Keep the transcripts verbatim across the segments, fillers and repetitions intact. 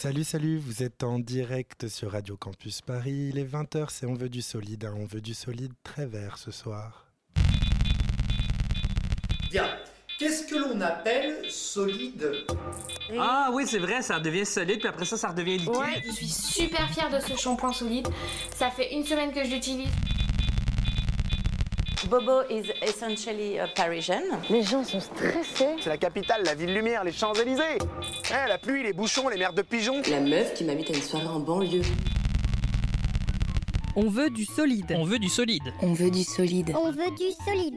Salut, salut, vous êtes en direct sur Radio Campus Paris. Il est vingt heures, c'est On veut du solide. Hein. On veut du solide très vert ce soir. Bien. Qu'est-ce que l'on appelle solide ? Ah oui, c'est vrai, ça devient solide, puis après ça, ça redevient liquide. Ouais, je suis super fière de ce shampoing solide. Ça fait une semaine que je l'utilise. Bobo is essentially uh, Parisian. Les gens sont stressés. C'est la capitale, la ville lumière, les Champs-Élysées. Eh, la pluie, les bouchons, les merdes de pigeons. La meuf qui m'invite à une soirée en banlieue. On veut du solide. On veut du solide. On veut du solide. On veut du solide.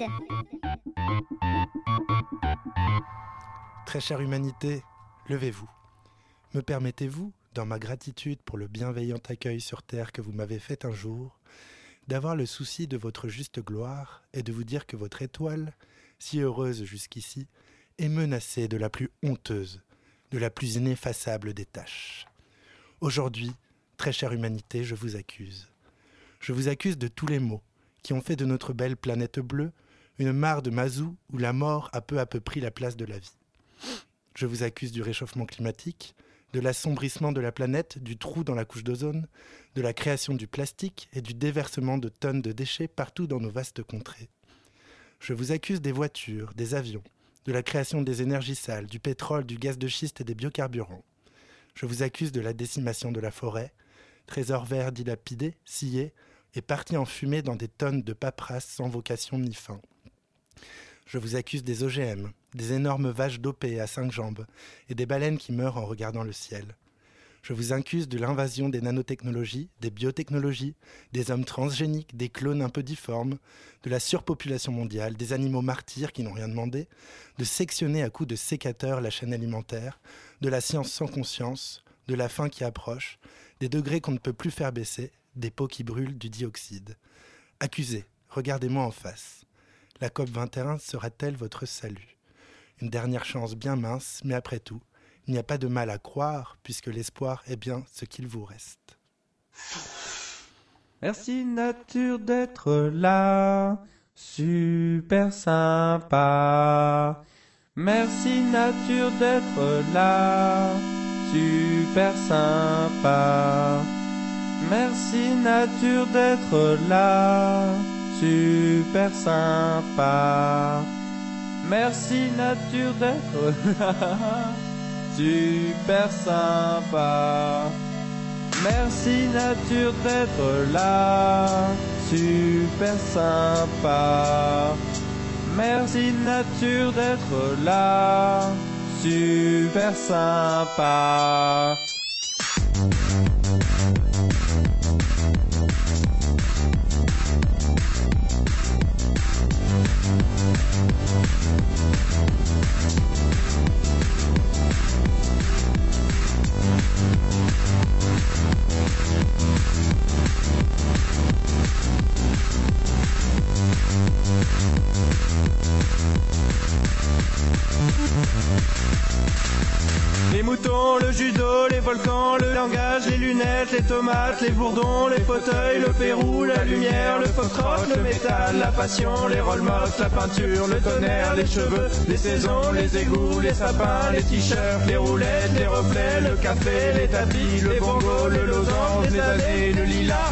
Très chère humanité, levez-vous. Me permettez-vous, dans ma gratitude pour le bienveillant accueil sur terre que vous m'avez fait un jour, d'avoir le souci de votre juste gloire et de vous dire que votre étoile, si heureuse jusqu'ici, est menacée de la plus honteuse, de la plus ineffaçable des tâches. Aujourd'hui, très chère humanité, je vous accuse. Je vous accuse de tous les maux qui ont fait de notre belle planète bleue une mare de mazou où la mort a peu à peu pris la place de la vie. Je vous accuse du réchauffement climatique, de l'assombrissement de la planète, du trou dans la couche d'ozone, de la création du plastique et du déversement de tonnes de déchets partout dans nos vastes contrées. Je vous accuse des voitures, des avions, de la création des énergies sales, du pétrole, du gaz de schiste et des biocarburants. Je vous accuse de la décimation de la forêt, trésor vert dilapidé, scié et parti en fumée dans des tonnes de paperasse sans vocation ni fin. Je vous accuse des O G M, des énormes vaches dopées à cinq jambes et des baleines qui meurent en regardant le ciel. Je vous accuse de l'invasion des nanotechnologies, des biotechnologies, des hommes transgéniques, des clones un peu difformes, de la surpopulation mondiale, des animaux martyrs qui n'ont rien demandé, de sectionner à coups de sécateurs la chaîne alimentaire, de la science sans conscience, de la faim qui approche, des degrés qu'on ne peut plus faire baisser, des peaux qui brûlent, du dioxyde. Accusés, regardez-moi en face. La COP vingt et un sera-t-elle votre salut ? Une dernière chance bien mince, mais après tout, il n'y a pas de mal à croire, puisque l'espoir est bien ce qu'il vous reste. Merci nature d'être là, super sympa. Merci nature d'être là, super sympa. Merci nature d'être là, super sympa. Merci nature d'être là, super sympa. Merci nature d'être là, super sympa. Merci nature d'être là, super sympa. Les moutons, le judo, les volcans, le langage, les lunettes, les tomates, les bourdons, les fauteuils, le Pérou, la lumière, le foxtrot, le métal, la passion, les roll-mops, la peinture, le tonnerre, les cheveux, les saisons, les égouts, les sapins, les t-shirts, les roulettes, les reflets, le café, les tapis, le bongo, le losange, les années, le lilas.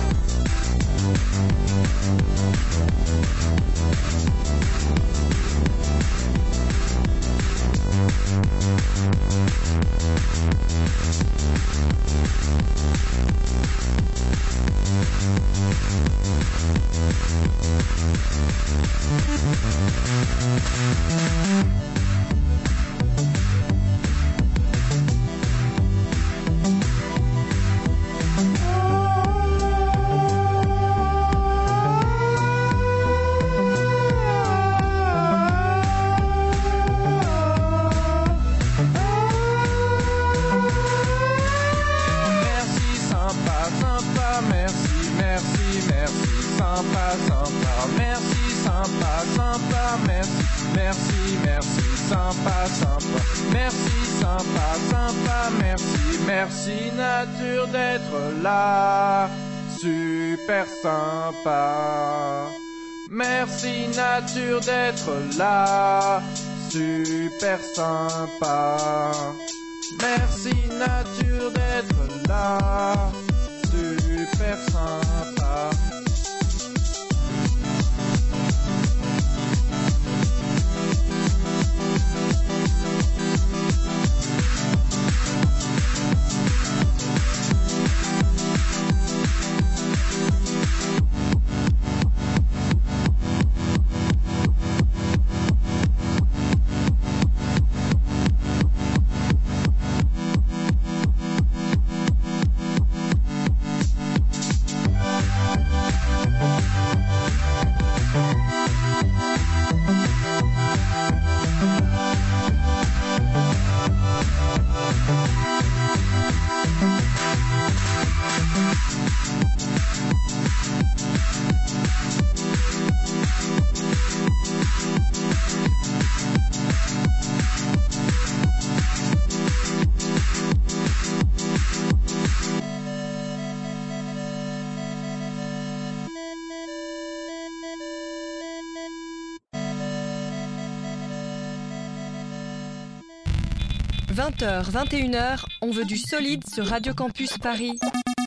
Merci nature d'être là, super sympa. Merci nature d'être là, super sympa. Merci nature d'être là, super sympa. vingt heures, vingt et une heures, on veut du solide sur Radio Campus Paris.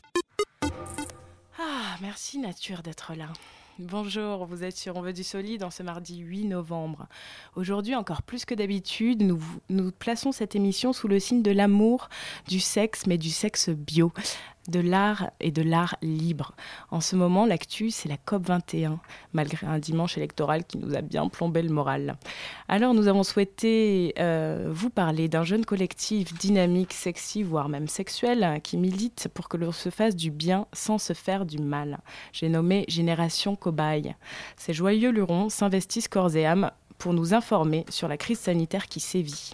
Ah, merci Nature d'être là. Bonjour, vous êtes sur On veut du solide en ce mardi huit novembre. Aujourd'hui, encore plus que d'habitude, nous, nous plaçons cette émission sous le signe de l'amour, du sexe, mais du sexe bio, de l'art et de l'art libre. En ce moment, l'actu, c'est la COP vingt et un, malgré un dimanche électoral qui nous a bien plombé le moral. Alors, nous avons souhaité euh, vous parler d'un jeune collectif dynamique, sexy, voire même sexuel, qui milite pour que l'on se fasse du bien sans se faire du mal. J'ai nommé Génération Cobaye. Ces joyeux lurons s'investissent corps et âme pour nous informer sur la crise sanitaire qui sévit.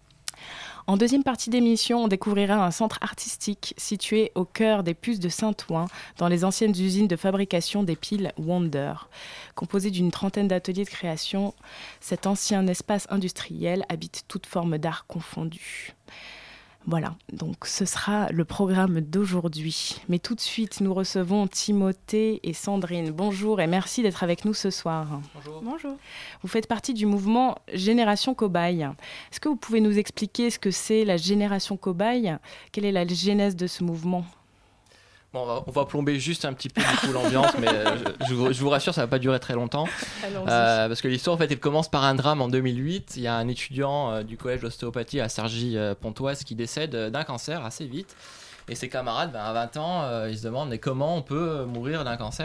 En deuxième partie d'émission, on découvrira un centre artistique situé au cœur des puces de Saint-Ouen, dans les anciennes usines de fabrication des piles Wonder. Composé d'une trentaine d'ateliers de création, cet ancien espace industriel habite toute forme d'art confondue. Voilà, donc ce sera le programme d'aujourd'hui. Mais tout de suite, nous recevons Timothée et Sandrine. Bonjour et merci d'être avec nous ce soir. Bonjour. Bonjour. Vous faites partie du mouvement Génération Cobaye. Est-ce que vous pouvez nous expliquer ce que c'est la Génération Cobaye ? Quelle est la genèse de ce mouvement ? Bon, on va, on va plomber juste un petit peu du coup l'ambiance, mais euh, je, je, vous, je vous rassure, ça va pas durer très longtemps. Euh, parce que l'histoire, en fait, elle commence par un drame en deux mille huit. Il y a un étudiant euh, du collège d'ostéopathie à Cergy-Pontoise qui décède d'un cancer assez vite. Et ses camarades, ben, à vingt ans, euh, ils se demandent mais comment on peut mourir d'un cancer ?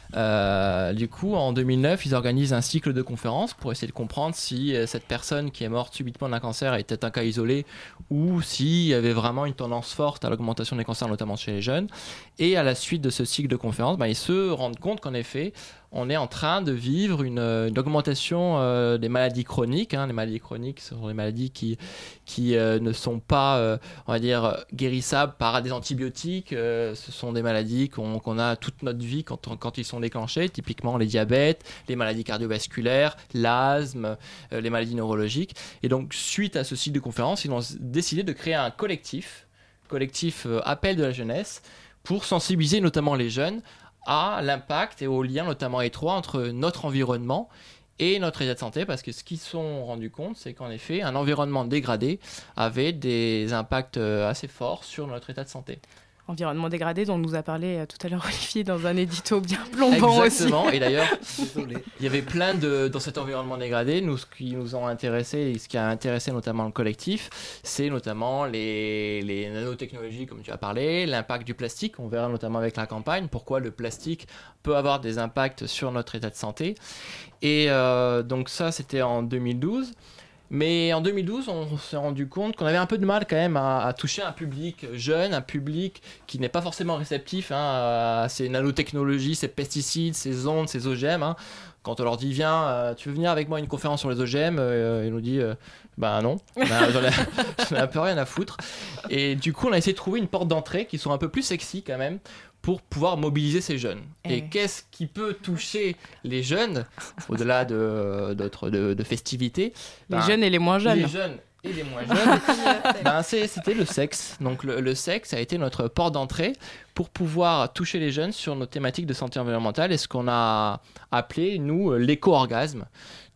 Euh, du coup, en deux mille neuf, ils organisent un cycle de conférences pour essayer de comprendre si euh, cette personne qui est morte subitement d'un cancer était un cas isolé ou s'il y avait vraiment une tendance forte à l'augmentation des cancers, notamment chez les jeunes. Et à la suite de ce cycle de conférences, ben, ils se rendent compte qu'en effet, on est en train de vivre une, une augmentation euh, des maladies chroniques. Hein. Les maladies chroniques sont des maladies qui, qui euh, ne sont pas, euh, on va dire, guérissables par des antibiotiques. Euh, ce sont des maladies qu'on, qu'on a toute notre vie quand, quand ils sont déclenchés, typiquement les diabètes, les maladies cardiovasculaires, l'asthme, euh, les maladies neurologiques. Et donc, suite à ce cycle de conférences, ils ont décidé de créer un collectif, collectif euh, Appel de la jeunesse, pour sensibiliser notamment les jeunes à l'impact et au lien notamment étroit entre notre environnement et notre état de santé, parce que ce qu'ils se sont rendus compte, c'est qu'en effet, un environnement dégradé avait des impacts assez forts sur notre état de santé. Environnement dégradé dont nous a parlé tout à l'heure Olivier dans un édito bien plombant. Exactement. Aussi. Et d'ailleurs, il y avait plein de dans cet environnement dégradé. Nous, ce qui nous ont intéressé et ce qui a intéressé notamment le collectif, c'est notamment les les nanotechnologies, comme tu as parlé, l'impact du plastique. On verra notamment avec la campagne pourquoi le plastique peut avoir des impacts sur notre état de santé. Et euh, donc ça, c'était en deux mille douze. Mais en deux mille douze, on s'est rendu compte qu'on avait un peu de mal quand même à, à toucher un public jeune, un public qui n'est pas forcément réceptif hein, à ces nanotechnologies, ces pesticides, ces ondes, ces O G M. Hein. Quand on leur dit « Viens, euh, tu veux venir avec moi à une conférence sur les O G M euh, ?» Ils nous disent euh, « Ben non, ben, j'en, ai, j'en ai un peu rien à foutre. » Et du coup, on a essayé de trouver une porte d'entrée qui soit un peu plus sexy quand même, pour pouvoir mobiliser ces jeunes. Et, Et qu'est-ce qui peut toucher les jeunes, au-delà de, d'autres, de, de festivités ? Les ben, jeunes et les moins jeunes. Les jeunes et les moins jeunes. ben, c'est, c'était le sexe. Donc le, le sexe a été notre porte d'entrée pour pouvoir toucher les jeunes sur nos thématiques de santé environnementale et ce qu'on a appelé, nous, l'éco-orgasme.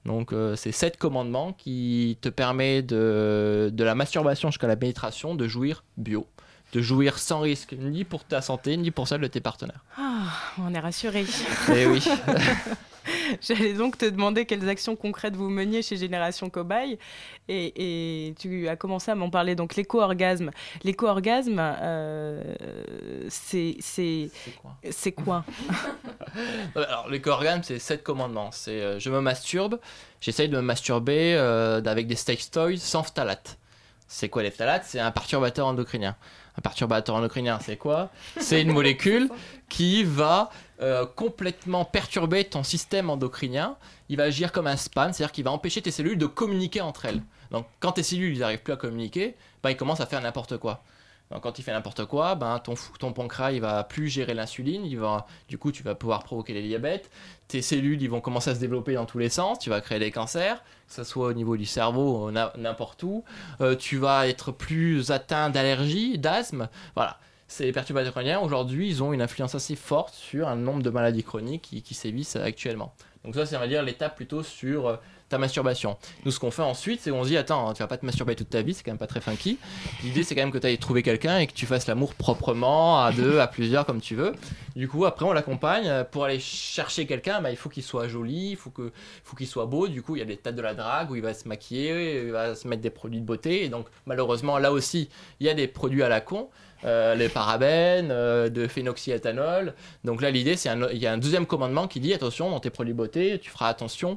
Donc euh, c'est sept commandements qui te permettent de, de la masturbation jusqu'à la pénétration de jouir bio, de jouir sans risque ni pour ta santé ni pour celle de tes partenaires. Ah, on est rassurés. Eh oui. J'allais donc te demander quelles actions concrètes vous meniez chez Génération Cobaye et, et tu as commencé à m'en parler, donc l'éco-orgasme. L'éco-orgasme, euh, c'est, c'est, c'est quoi, c'est quoi Alors l'éco-orgasme, c'est sept commandements. C'est euh, je me masturbe, j'essaye de me masturber euh, avec des sex toys sans phtalates. C'est quoi les phtalates ? C'est un perturbateur endocrinien. Un perturbateur endocrinien, c'est quoi ? C'est une molécule qui va euh, complètement perturber ton système endocrinien. Il va agir comme un spam, c'est-à-dire qu'il va empêcher tes cellules de communiquer entre elles. Donc quand tes cellules n'arrivent plus à communiquer, ben, il commence à faire n'importe quoi. Donc, quand il fait n'importe quoi, ben, ton, ton pancréas il va plus gérer l'insuline, il va, du coup tu vas pouvoir provoquer les diabètes, tes cellules ils vont commencer à se développer dans tous les sens, tu vas créer des cancers, que ce soit au niveau du cerveau ou n'importe où, euh, tu vas être plus atteint d'allergies, d'asthme, voilà. Ces perturbateurs endocriniens, aujourd'hui, ils ont une influence assez forte sur un nombre de maladies chroniques qui, qui sévissent actuellement. Donc ça, c'est, on va dire, l'étape plutôt sur euh, ta masturbation. Nous, ce qu'on fait ensuite, c'est qu'on se dit, attends, tu vas pas te masturber toute ta vie, c'est quand même pas très funky. L'idée, c'est quand même que tu ailles trouver quelqu'un et que tu fasses l'amour proprement, à deux, à plusieurs, comme tu veux. Du coup, après, on l'accompagne. Pour aller chercher quelqu'un, bah, il faut qu'il soit joli, il faut, que, faut qu'il soit beau. Du coup, il y a des tas de la drague où il va se maquiller, il va se mettre des produits de beauté. Et donc, malheureusement, là aussi, il y a des produits à la con. Euh, les parabènes, euh, de phénoxyéthanol. Donc là, l'idée, c'est il y a un deuxième commandement qui dit attention, dans tes produits beauté, tu feras attention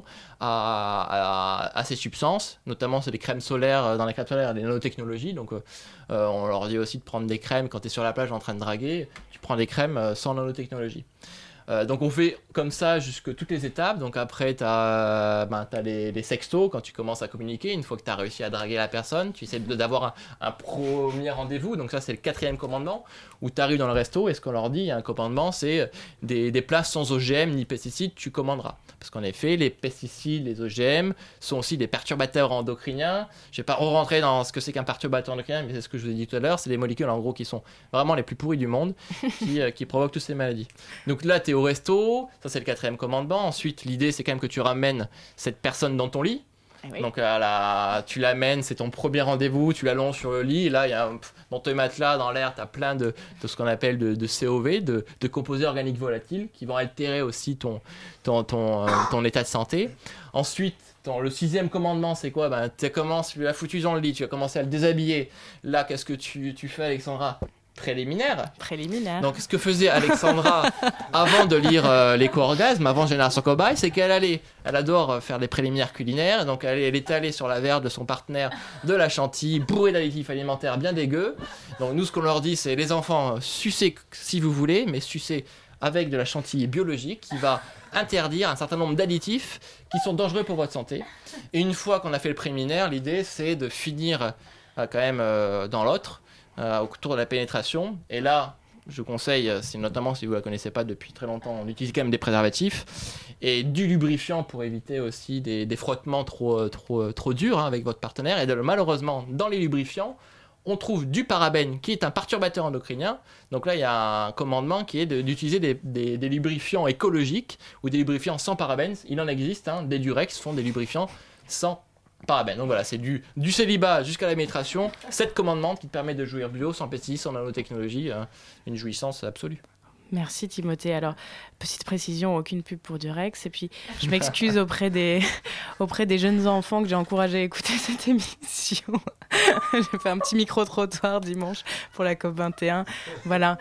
à, à, à ces substances, notamment c'est des crèmes solaires. Dans les crèmes solaires, il y a des nanotechnologies. Donc euh, on leur dit aussi de prendre des crèmes quand tu es sur la plage en train de draguer. Tu prends des crèmes sans nanotechnologie. Euh, donc on fait comme ça jusque toutes les étapes. Donc après tu as ben, les, les sextos quand tu commences à communiquer. Une fois que tu as réussi à draguer la personne, tu essaies de, d'avoir un, un premier rendez-vous. Donc ça c'est le quatrième commandement où tu arrives dans le resto et ce qu'on leur dit, il y a un commandement, c'est des, des plats sans O G M ni pesticides, tu commanderas. Parce qu'en effet les pesticides, les O G M sont aussi des perturbateurs endocriniens. Je ne vais pas rentrer dans ce que c'est qu'un perturbateur endocrinien, mais c'est ce que je vous ai dit tout à l'heure, c'est des molécules en gros qui sont vraiment les plus pourries du monde qui, euh, qui provoquent toutes ces maladies. Donc là tu es au resto, ça c'est le quatrième commandement. Ensuite, l'idée c'est quand même que tu ramènes cette personne dans ton lit. Oui. Donc à la, tu l'amènes, c'est ton premier rendez-vous, tu l'allonges sur le lit. Et là, il y a un, dans tes matelas, dans l'air, tu as plein de, de ce qu'on appelle de, de C O V, de, de composés organiques volatiles qui vont altérer aussi ton, ton, ton, euh, ton état de santé. Ensuite, ton, le sixième commandement, c'est quoi ? Ben, tu commences, tu l'as foutu dans le lit, tu vas commencer à le déshabiller. Là, qu'est-ce que tu, tu fais, Alexandra ? Préliminaire. Préliminaire. Donc, ce que faisait Alexandra avant de lire euh, l'éco-orgasme, avant Génération Cobaye, c'est qu'elle allait, elle adore faire des préliminaires culinaires, donc elle, elle est allée sur la verge de son partenaire de la chantilly, bourrée d'additifs alimentaires bien dégueux. Donc, nous, ce qu'on leur dit, c'est les enfants, sucez si vous voulez, mais sucez avec de la chantilly biologique qui va interdire un certain nombre d'additifs qui sont dangereux pour votre santé. Et une fois qu'on a fait le préliminaire, l'idée, c'est de finir euh, quand même euh, dans l'autre. Euh, autour de la pénétration, et là je conseille, c'est notamment si vous ne la connaissez pas depuis très longtemps, on utilise quand même des préservatifs et du lubrifiant pour éviter aussi des, des frottements trop, trop, trop durs hein, avec votre partenaire. Et de, malheureusement dans les lubrifiants on trouve du parabène qui est un perturbateur endocrinien. Donc là il y a un commandement qui est de, d'utiliser des, des, des lubrifiants écologiques ou des lubrifiants sans parabènes. Il en existe, hein, des Durex font des lubrifiants sans parabènes. Donc voilà, c'est du, du célibat jusqu'à la pénétration, sept commandements qui te permettent de jouir bio, sans pesticides, sans nanotechnologie, hein, une jouissance absolue. Merci Timothée. Alors, petite précision, aucune pub pour Durex. Et puis, je m'excuse auprès des, auprès des jeunes enfants que j'ai encouragés à écouter cette émission. J'ai fait un petit micro-trottoir dimanche pour la COP vingt et un. Voilà.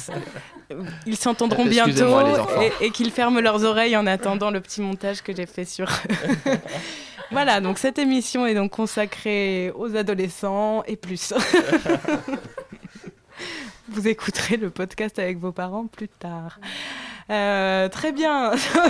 Ils s'entendront bientôt et, et qu'ils ferment leurs oreilles en attendant le petit montage que j'ai fait sur eux. Voilà, donc cette émission est donc consacrée aux adolescents et plus. Vous écouterez le podcast avec vos parents plus tard. Euh, très bien.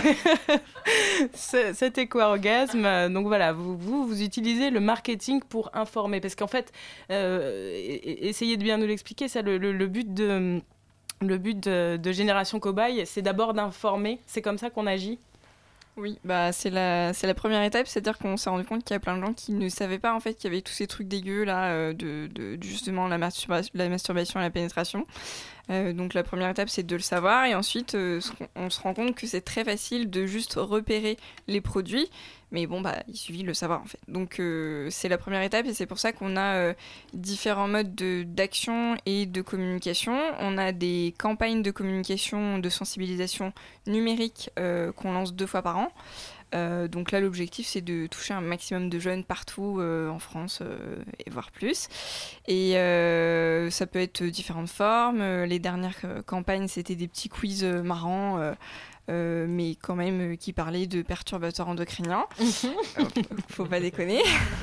Cet éco-orgasme, donc voilà, vous, vous, vous utilisez le marketing pour informer. Parce qu'en fait, euh, essayez de bien nous l'expliquer, ça, le, le, le but de, le but de, de Génération Cobaye, c'est d'abord d'informer. C'est comme ça qu'on agit ? Oui, bah c'est la c'est la première étape, c'est-à-dire qu'on s'est rendu compte qu'il y a plein de gens qui ne savaient pas en fait qu'il y avait tous ces trucs dégueux là euh, de, de justement la masturbation, la masturbation et la pénétration. Euh, donc la première étape, c'est de le savoir, et ensuite, euh, on se rend compte que c'est très facile de juste repérer les produits, mais bon, bah, il suffit de le savoir en fait. Donc euh, c'est la première étape, et c'est pour ça qu'on a euh, différents modes de, d'action et de communication. On a des campagnes de communication, de sensibilisation numérique euh, qu'on lance deux fois par an. Euh, donc là, l'objectif, c'est de toucher un maximum de jeunes partout euh, en France, euh, et voire plus. Et euh, ça peut être différentes formes. Les dernières euh, campagnes, c'était des petits quiz euh, marrants, euh, euh, mais quand même euh, qui parlaient de perturbateurs endocriniens. euh, faut pas déconner.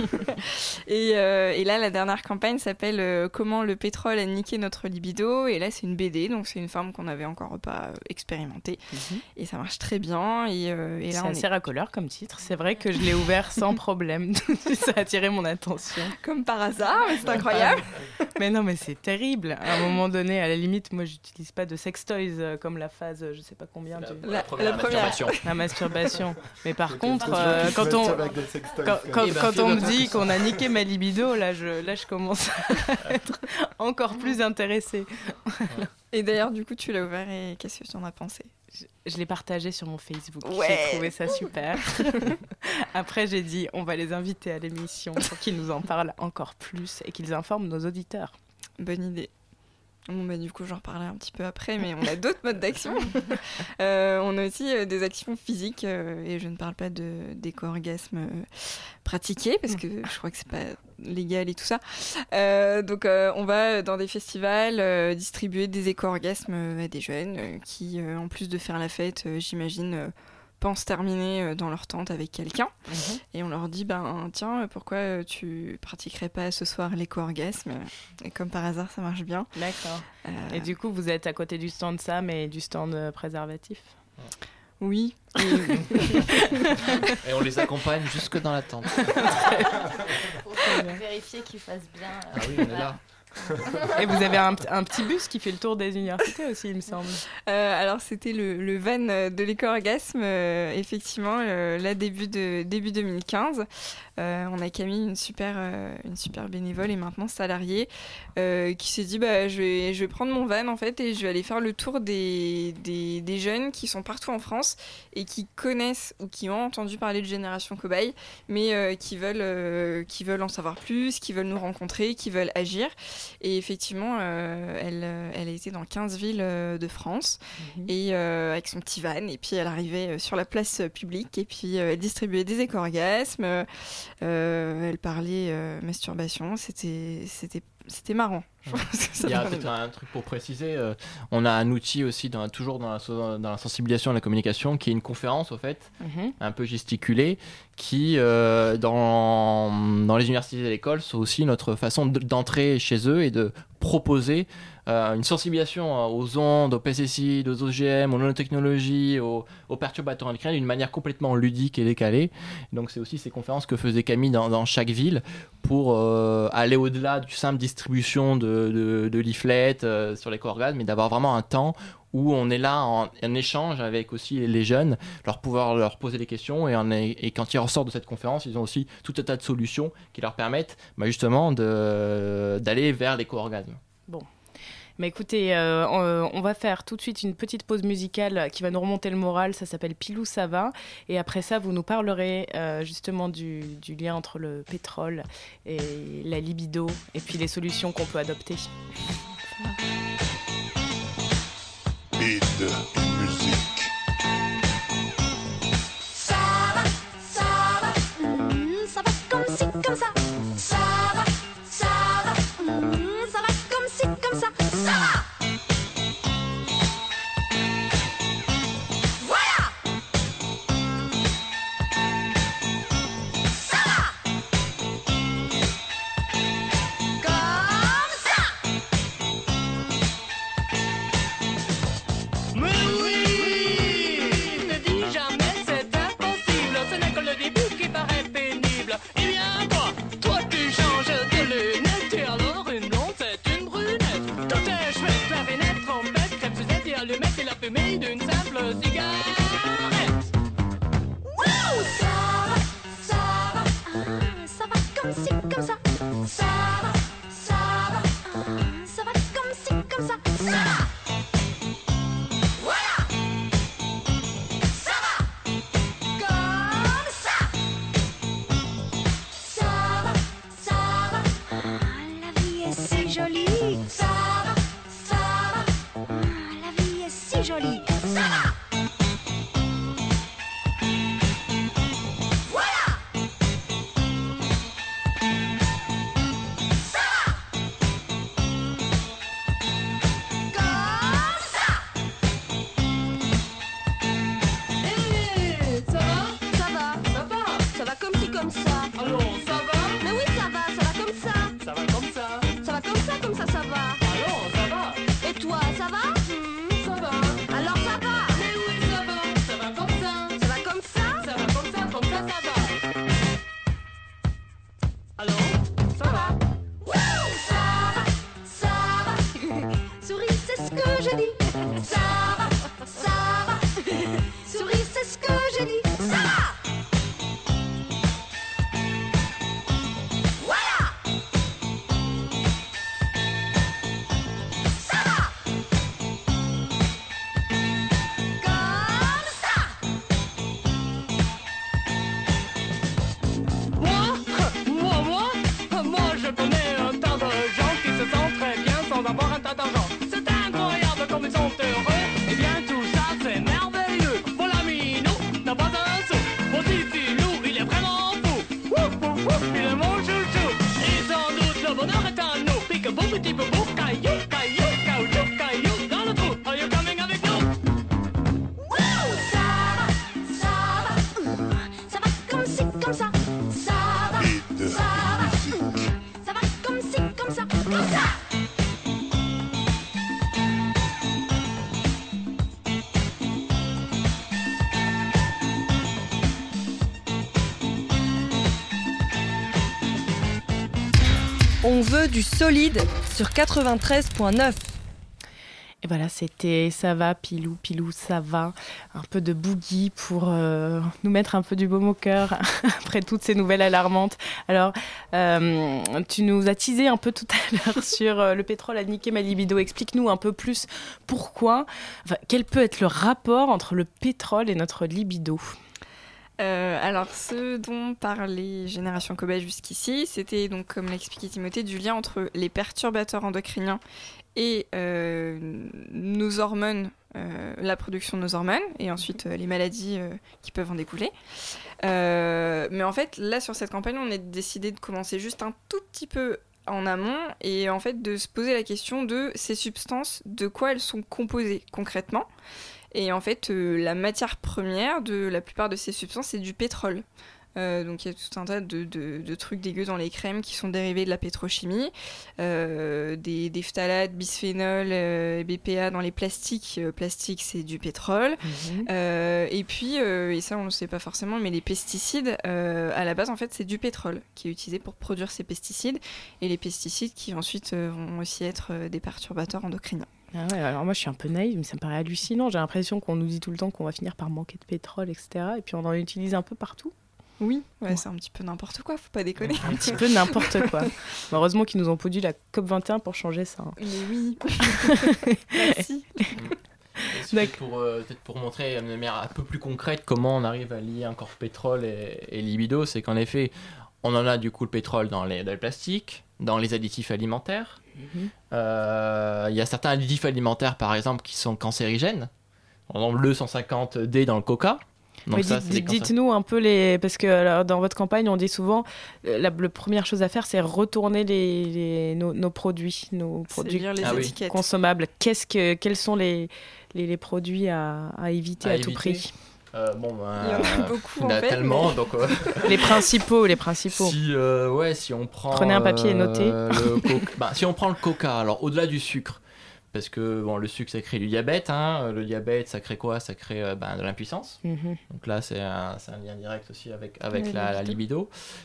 et, euh, et là, la dernière campagne s'appelle euh, « Comment le pétrole a niqué notre libido ». Et là, c'est une B D, donc c'est une forme qu'on n'avait encore pas expérimentée. Mm-hmm. Et ça marche très bien. Et, euh, et là, c'est on assez est... racoleur comme titre. C'est vrai que je l'ai ouvert sans problème. Ça a attiré mon attention. Comme par hasard, mais c'est incroyable. Mais non, mais c'est terrible. À un moment donné, à la limite, moi, j'utilise pas de sex toys euh, comme la phase, je sais pas combien. La, du... la, la première, la masturbation. La masturbation. Mais par contre, euh, quand on, quand, quand, ben, quand on me dit qu'on a niqué ma libido, là, je, là, je commence à être encore plus intéressée. Et d'ailleurs, du coup, tu l'as ouvert et qu'est-ce que tu en as pensé ? Je, je l'ai partagé sur mon Facebook. Ouais. J'ai trouvé ça super. Après, j'ai dit, on va les inviter à l'émission pour qu'ils nous en parlent encore plus et qu'ils informent nos auditeurs. Bonne idée. Bon, bah, du coup, j'en reparlerai un petit peu après, mais on a d'autres modes d'action. euh, on a aussi euh, des actions physiques, euh, et je ne parle pas de, d'éco-orgasmes euh, pratiqués, parce que je crois que c'est pas légal et tout ça. Euh, donc, euh, on va dans des festivals euh, distribuer des éco-orgasmes à des jeunes euh, qui, euh, en plus de faire la fête, euh, j'imagine... Euh, pensent terminer dans leur tente avec quelqu'un. Mmh. Et on leur dit, ben, tiens, pourquoi tu pratiquerais pas ce soir l'éco-orgasme ? Et comme par hasard, ça marche bien. D'accord. Euh... Et du coup, vous êtes à côté du stand Sam et du stand préservatif ? Oui. Et... et on les accompagne jusque dans la tente. Pour vérifier qu'ils fassent bien. Ah oui, on est là. Et vous avez un, un petit bus qui fait le tour des universités aussi, il me semble. Euh, alors, c'était le, le van de l'éco-orgasme, euh, effectivement, euh, là, début, de, début deux mille quinze. Euh, on a Camille, une super, euh, une super bénévole et maintenant salariée, euh, qui s'est dit, bah, je, vais, je vais prendre mon van, en fait, et je vais aller faire le tour des, des, des jeunes qui sont partout en France et qui connaissent ou qui ont entendu parler de Génération Cobaye, mais euh, qui, veulent, euh, qui veulent en savoir plus, qui veulent nous rencontrer, qui veulent agir. Et effectivement, euh, elle, elle a été dans quinze villes euh, de France, mmh. et euh, avec son petit van, et puis elle arrivait sur la place publique, et puis euh, elle distribuait des éco-orgasmes, euh, elle parlait euh, masturbation, c'était, c'était, c'était marrant. Il y a peut-être un truc pour préciser, euh, on a un outil aussi, dans, toujours dans la, dans la sensibilisation et la communication, qui est une conférence, au fait, mm-hmm. un peu gesticulée, qui, euh, dans, dans les universités et l'école, sont aussi notre façon d'entrer chez eux et de proposer euh, une sensibilisation aux ondes, aux pesticides, aux O G M, aux nanotechnologies, aux, aux perturbateurs endocriniens d'une manière complètement ludique et décalée. Donc c'est aussi ces conférences que faisait Camille dans, dans chaque ville pour euh, aller au-delà du simple distribution de, de, de leaflets euh, sur l'éco-orgasme, mais d'avoir vraiment un temps où on est là en, en échange avec aussi les jeunes, leur pouvoir leur poser des questions, et, en, et quand ils ressortent de cette conférence, ils ont aussi tout un tas de solutions qui leur permettent bah, justement de, d'aller vers l'éco-orgasme. Bon. Mais écoutez, euh, on, on va faire tout de suite une petite pause musicale qui va nous remonter le moral, ça s'appelle Pilou ça va, et après ça vous nous parlerez euh, justement du, du lien entre le pétrole et la libido, et puis les solutions qu'on peut adopter. Et de musique. Ça va, ça va, mmh, ça va comme ci, comme ça. Ça va, ça va, mmh, ça va comme ci, comme ça. Ça va. Voilà. Ça va. Comme ça. Mais oui, ne dis jamais c'est impossible, ce n'est que le début qui paraît pénible. Eh bien quoi, toi tu changes de lunettes, et alors une blonde c'est une brunette. Dans tes cheveux, clarinette, trompette, crème suzette et allumettes, et la fumée d'une simple cigarette. Wouh, ça va, ça va, ah, ça va comme ci, comme ça. Ça va, ça va, ah, ça va comme ci, comme ça. Ça va. joli, joli. Ça va. On veut du solide sur quatre-vingt-treize virgule neuf. Et voilà, c'était Ça va, Pilou, Pilou, ça va. Un peu de boogie pour euh, nous mettre un peu du baume au cœur après toutes ces nouvelles alarmantes. Alors, euh, tu nous as teasé un peu tout à l'heure sur euh, le pétrole a niqué ma libido. Explique-nous un peu plus pourquoi, enfin, quel peut être le rapport entre le pétrole et notre libido ? Euh, alors, ce dont parlait Génération Kobe jusqu'ici, c'était donc, comme l'expliquait Timothée, du lien entre les perturbateurs endocriniens et euh, nos hormones, euh, la production de nos hormones, et ensuite euh, les maladies euh, qui peuvent en découler. Euh, mais en fait, là, sur cette campagne, on a décidé de commencer juste un tout petit peu en amont, et en fait de se poser la question de ces substances, de quoi elles sont composées concrètement. Et en fait, euh, la matière première de la plupart de ces substances, c'est du pétrole. Euh, donc il y a tout un tas de, de, de trucs dégueux dans les crèmes qui sont dérivés de la pétrochimie, euh, des, des phtalates, bisphénol, euh, B P A dans les plastiques. Euh, plastique, c'est du pétrole. Mmh. Euh, et puis, euh, et ça on ne le sait pas forcément, mais les pesticides, euh, à la base, en fait, c'est du pétrole qui est utilisé pour produire ces pesticides. Et les pesticides qui ensuite euh, vont aussi être euh, des perturbateurs endocriniens. Ah ouais, alors moi je suis un peu naïve, mais ça me paraît hallucinant. J'ai l'impression qu'on nous dit tout le temps qu'on va finir par manquer de pétrole, et cetera. Et puis on en utilise un peu partout. Oui, ouais, c'est un petit peu n'importe quoi, faut pas déconner. Un petit peu n'importe quoi. Heureusement qu'ils nous ont produit la C O P vingt et un pour changer ça. Mais oui. Merci. Peut-être pour, euh, peut-être pour montrer de manière un peu plus concrète comment on arrive à lier encore pétrole et, et libido, c'est qu'en effet, on en a du coup le pétrole dans les, dans les plastiques, dans les additifs alimentaires. Il mm-hmm. euh, y a certains additifs alimentaires, par exemple, qui sont cancérigènes. Par exemple, le cent cinquante D dans le coca. Donc oui, ça, dites, dites, dites-nous un peu les... Parce que alors, dans votre campagne, on dit souvent la, la première chose à faire, c'est retourner les, les, nos, nos produits, nos produits lire les ah, étiquettes. consommables. Qu'est-ce que, quels sont les, les, les produits à, à éviter à, à éviter. tout prix? Euh, bon, ben, il y en a beaucoup en fait. Tellement, mais... donc, euh... les principaux, les principaux. Si, euh, ouais, si on prend. Prenez un papier et notez. Euh, le co- ben, si on prend le coca, alors au-delà du sucre, parce que bon, le sucre ça crée du diabète, hein, le diabète ça crée quoi? Ça crée euh, ben, de l'impuissance. Mm-hmm. Donc là c'est un, c'est un lien direct aussi avec, avec oui, la, la libido.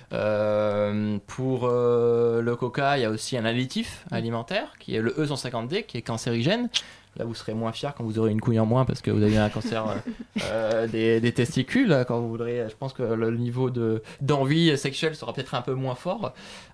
Euh, pour euh, le coca, il y a aussi un additif alimentaire qui est le E cent cinquante D qui est cancérigène. Là, vous serez moins fier quand vous aurez une couille en moins parce que vous avez un cancer euh, des, des testicules. Quand vous voudrez, je pense que le niveau de, d'envie sexuelle sera peut-être un peu moins fort.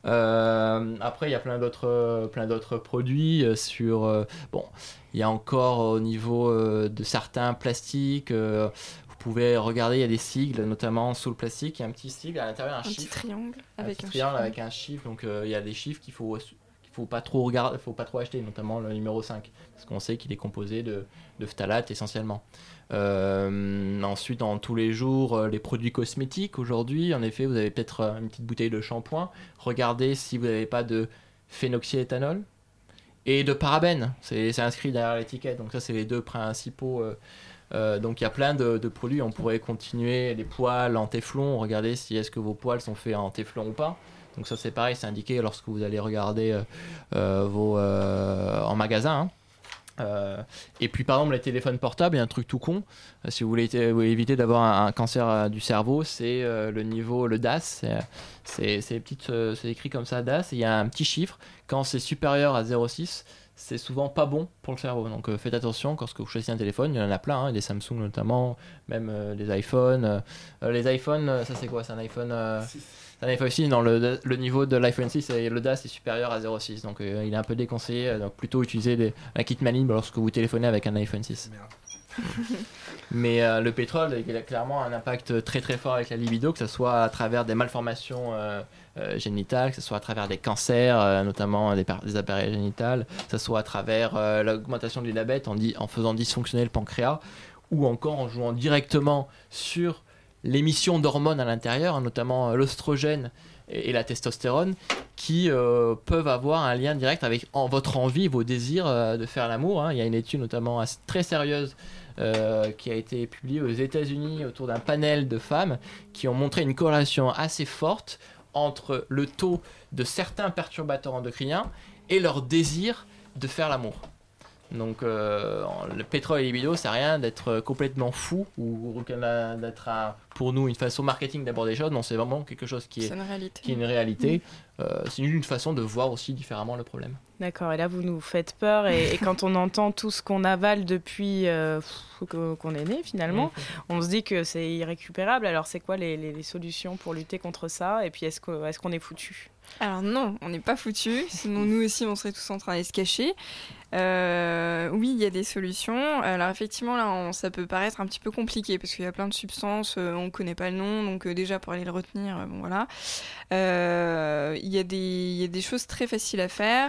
Euh, après, il y a plein d'autres, plein d'autres produits. Sur, euh, bon, il y a encore au niveau euh, de certains plastiques. Euh, vous pouvez regarder, il y a des sigles, notamment sous le plastique. Il y a un petit sigle à l'intérieur, un, un chiffre. Un petit triangle un avec petit un triangle chiffre. avec un chiffre. Donc, euh, il y a des chiffres qu'il faut. faut pas trop regarder, faut pas trop acheter, notamment le numéro cinq, parce qu'on sait qu'il est composé de, de phtalate essentiellement. Euh, ensuite, dans tous les jours, euh, les produits cosmétiques, aujourd'hui, en effet, vous avez peut-être euh, une petite bouteille de shampoing. Regardez si vous n'avez pas de phénoxyéthanol et de parabènes. C'est, c'est inscrit derrière l'étiquette. Donc ça, c'est les deux principaux. Euh, euh, donc il y a plein de, de produits. On pourrait continuer les poils en téflon. Regardez si est-ce que vos poils sont faits en téflon ou pas. Donc ça, c'est pareil, c'est indiqué lorsque vous allez regarder euh, euh, vos euh, en magasin. Hein. Euh, et puis par exemple les téléphones portables, il y a un truc tout con, euh, si vous voulez, vous voulez éviter d'avoir un, un cancer euh, du cerveau, c'est euh, le niveau, le D A S, c'est, c'est, c'est, petites, euh, c'est écrit comme ça D A S, et il y a un petit chiffre, quand c'est supérieur à zéro virgule six, c'est souvent pas bon pour le cerveau, donc euh, faites attention lorsque vous choisissez un téléphone, il y en a plein, hein, des Samsung notamment, même euh, des iPhones, euh, les iPhones, euh, ça c'est quoi, c'est un iPhone euh, un iPhone six, dans le, le niveau de l'iPhone six, le D A S est supérieur à zéro virgule six, donc euh, il est un peu déconseillé, euh, donc plutôt utiliser des, un kit Manib lorsque vous téléphonez avec un iPhone six. Mais euh, le pétrole, il a clairement un impact très très fort avec la libido, que ce soit à travers des malformations euh, euh, génitales, que ce soit à travers des cancers, euh, notamment des, par- des appareils génitales, que ce soit à travers euh, l'augmentation du diabète en, di- en faisant dysfonctionner le pancréas, ou encore en jouant directement sur l'émission d'hormones à l'intérieur, hein, notamment euh, l'oestrogène et, et la testostérone, qui euh, peuvent avoir un lien direct avec en, votre envie, vos désirs euh, de faire l'amour. Hein. Il y a une étude notamment assez, très sérieuse euh, qui a été publiée aux États-Unis autour d'un panel de femmes qui ont montré une corrélation assez forte entre le taux de certains perturbateurs endocriniens et leur désir de faire l'amour. Donc euh, le pétrole et libido, c'est rien d'être complètement fou ou d'être un, pour nous une façon marketing d'aborder les choses. Non, c'est vraiment quelque chose qui est, c'est une réalité. Qui est une réalité. Mmh. Euh, c'est une façon de voir aussi différemment le problème. D'accord, et là vous nous faites peur et, et quand on entend tout ce qu'on avale depuis euh, qu'on est né finalement, mmh. on se dit que c'est irrécupérable. Alors c'est quoi les, les, les solutions pour lutter contre ça, et puis est-ce, que, est-ce qu'on est foutu? Alors non, on n'est pas foutu, sinon nous aussi on serait tous en train de se cacher. Euh, oui, il y a des solutions. Alors effectivement là, on, ça peut paraître un petit peu compliqué parce qu'il y a plein de substances, euh, on ne connaît pas le nom, donc euh, déjà pour aller le retenir, euh, bon voilà. Euh, il y a des, il y a des choses très faciles à faire.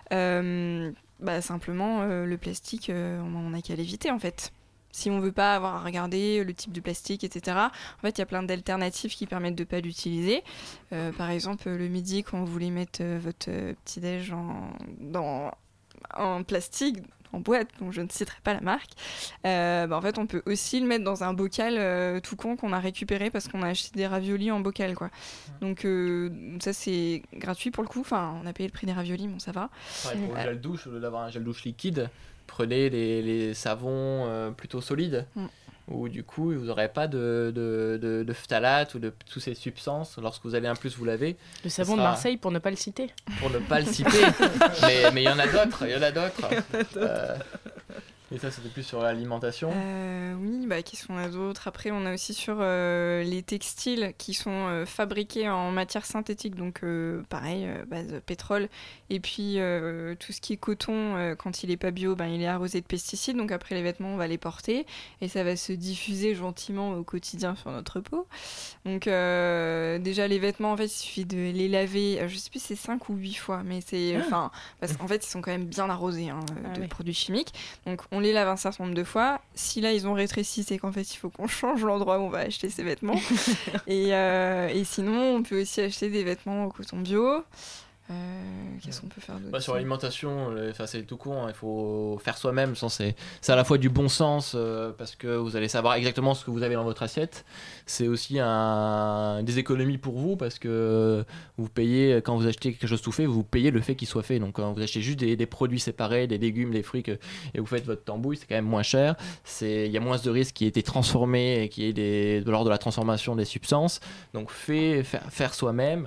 Euh, bah, simplement, euh, le plastique, euh, on n'a qu'à l'éviter en fait. Si on veut pas avoir à regarder le type de plastique, et cetera. En fait, il y a plein d'alternatives qui permettent de pas l'utiliser. Euh, par exemple, le midi, quand vous voulez mettre euh, votre euh, petit-déj en, dans, en plastique, en boîte, dont je ne citerai pas la marque, euh, bah, en fait, on peut aussi le mettre dans un bocal euh, tout con qu'on a récupéré parce qu'on a acheté des raviolis en bocal, quoi. Donc euh, ça, c'est gratuit pour le coup. Enfin, on a payé le prix des raviolis, bon, ça va. Pareil pour le gel douche, au lieu d'avoir un gel douche liquide, prenez les, les savons euh, plutôt solides, mm. où du coup vous n'aurez pas de, de, de, de phtalate ou de toutes ces substances lorsque vous allez un plus vous laver. Le savon sera... de Marseille, pour ne pas le citer. Pour ne pas le citer, mais mais il y en a d'autres, il y en a d'autres. Euh, et ça, c'était plus sur l'alimentation. Euh, oui, bah, qu'est-ce qu'on a d'autre? Après, on a aussi sur euh, les textiles qui sont euh, fabriqués en matière synthétique, donc euh, pareil, euh, base pétrole. Et puis euh, tout ce qui est coton, euh, quand il n'est pas bio, ben, il est arrosé de pesticides. Donc après, les vêtements, on va les porter et ça va se diffuser gentiment au quotidien sur notre peau. Donc euh, déjà, les vêtements, en fait, il suffit de les laver, je ne sais plus si c'est cinq ou huit fois, mais c'est... Enfin, parce qu'en fait, ils sont quand même bien arrosés hein, de ah, oui. produits chimiques. Donc on les lave un certain nombre de fois. Si là ils ont rétréci, c'est qu'en fait il faut qu'on change l'endroit où on va acheter ces vêtements. et, euh, et sinon on peut aussi acheter des vêtements au coton bio. Euh, qu'est-ce qu'on peut faire d'autre? Bah, sur l'alimentation, le, c'est tout con, hein, il faut faire soi-même. C'est, c'est à la fois du bon sens euh, parce que vous allez savoir exactement ce que vous avez dans votre assiette. C'est aussi un, des économies pour vous parce que vous payez, quand vous achetez quelque chose tout fait, vous payez le fait qu'il soit fait. Donc quand vous achetez juste des, des produits séparés, des légumes, des fruits que, et vous faites votre tambouille, c'est quand même moins cher. Il y a moins de risques qui aient été transformés et qui aient des, lors de la transformation des substances. Donc fait, faire, faire soi-même.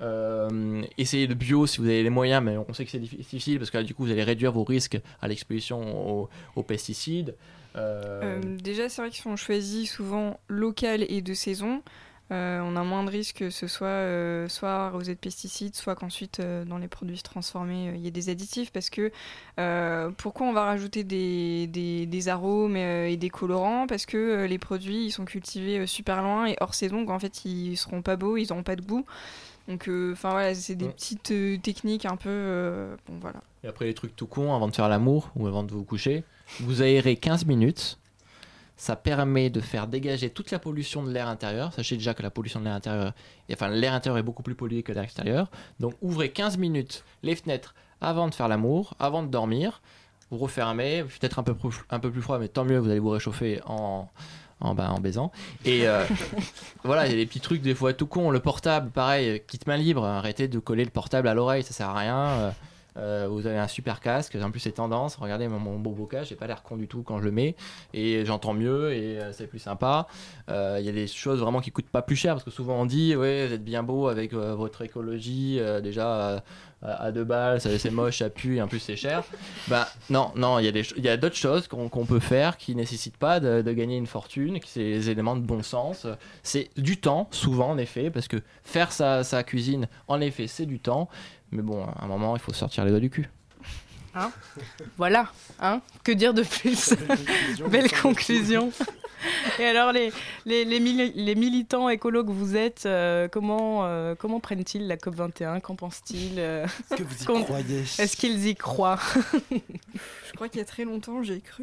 Euh, essayez de bio si vous avez les moyens, mais on sait que c'est difficile parce que là, du coup vous allez réduire vos risques à l'exposition aux, aux pesticides. Euh... Euh, déjà c'est vrai qu'ils sont choisis souvent local et de saison. Euh, on a moins de risques que ce soit euh, soit arrosé de pesticides, soit qu'ensuite euh, dans les produits transformés il euh, y ait des additifs parce que euh, pourquoi on va rajouter des, des, des arômes et, et des colorants? Parce que euh, les produits ils sont cultivés euh, super loin et hors saison, donc en fait ils seront pas beaux, ils n'auront pas de goût. Donc, enfin euh, voilà, c'est des mmh. petites euh, techniques un peu, euh, bon voilà. Et après les trucs tout cons, avant de faire l'amour ou avant de vous coucher, vous aérez quinze minutes. Ça permet de faire dégager toute la pollution de l'air intérieur. Sachez déjà que la pollution de l'air intérieur, enfin l'air intérieur est beaucoup plus pollué que l'air extérieur. Donc ouvrez quinze minutes les fenêtres avant de faire l'amour, avant de dormir. Vous refermez, peut-être un peu plus, un peu plus froid, mais tant mieux, vous allez vous réchauffer en, en, ben, en baisant. Et euh, voilà, il y a des petits trucs des fois tout con. Le portable, pareil, quitte main libre. Arrêtez de coller le portable à l'oreille, ça sert à rien. Euh, Euh, vous avez un super casque, en plus c'est tendance, regardez mon, mon beau bocage, j'ai pas l'air con du tout quand je le mets et j'entends mieux et euh, c'est plus sympa. Il euh, y a des choses vraiment qui coûtent pas plus cher parce que souvent on dit ouais vous êtes bien beau avec euh, votre écologie, euh, déjà euh, à deux balles, ça, c'est moche, ça pue et en plus c'est cher. Bah non, non, il y a, des, y a d'autres choses qu'on, qu'on peut faire qui nécessitent pas de, de gagner une fortune, qui c'est des éléments de bon sens. C'est du temps, souvent en effet, parce que faire sa, sa cuisine, en effet, c'est du temps. Mais bon, à un moment, il faut sortir les doigts du cul. Hein voilà, hein que dire de plus? Belle conclusion. Et alors, les, les, les, mili- les militants écolos que vous êtes, euh, comment, euh, comment prennent-ils la COP vingt et un? Qu'en pensent-ils? euh, Est-ce que vous y qu'on... croyez? Est-ce qu'ils y croient? Je crois qu'il y a très longtemps, j'ai cru.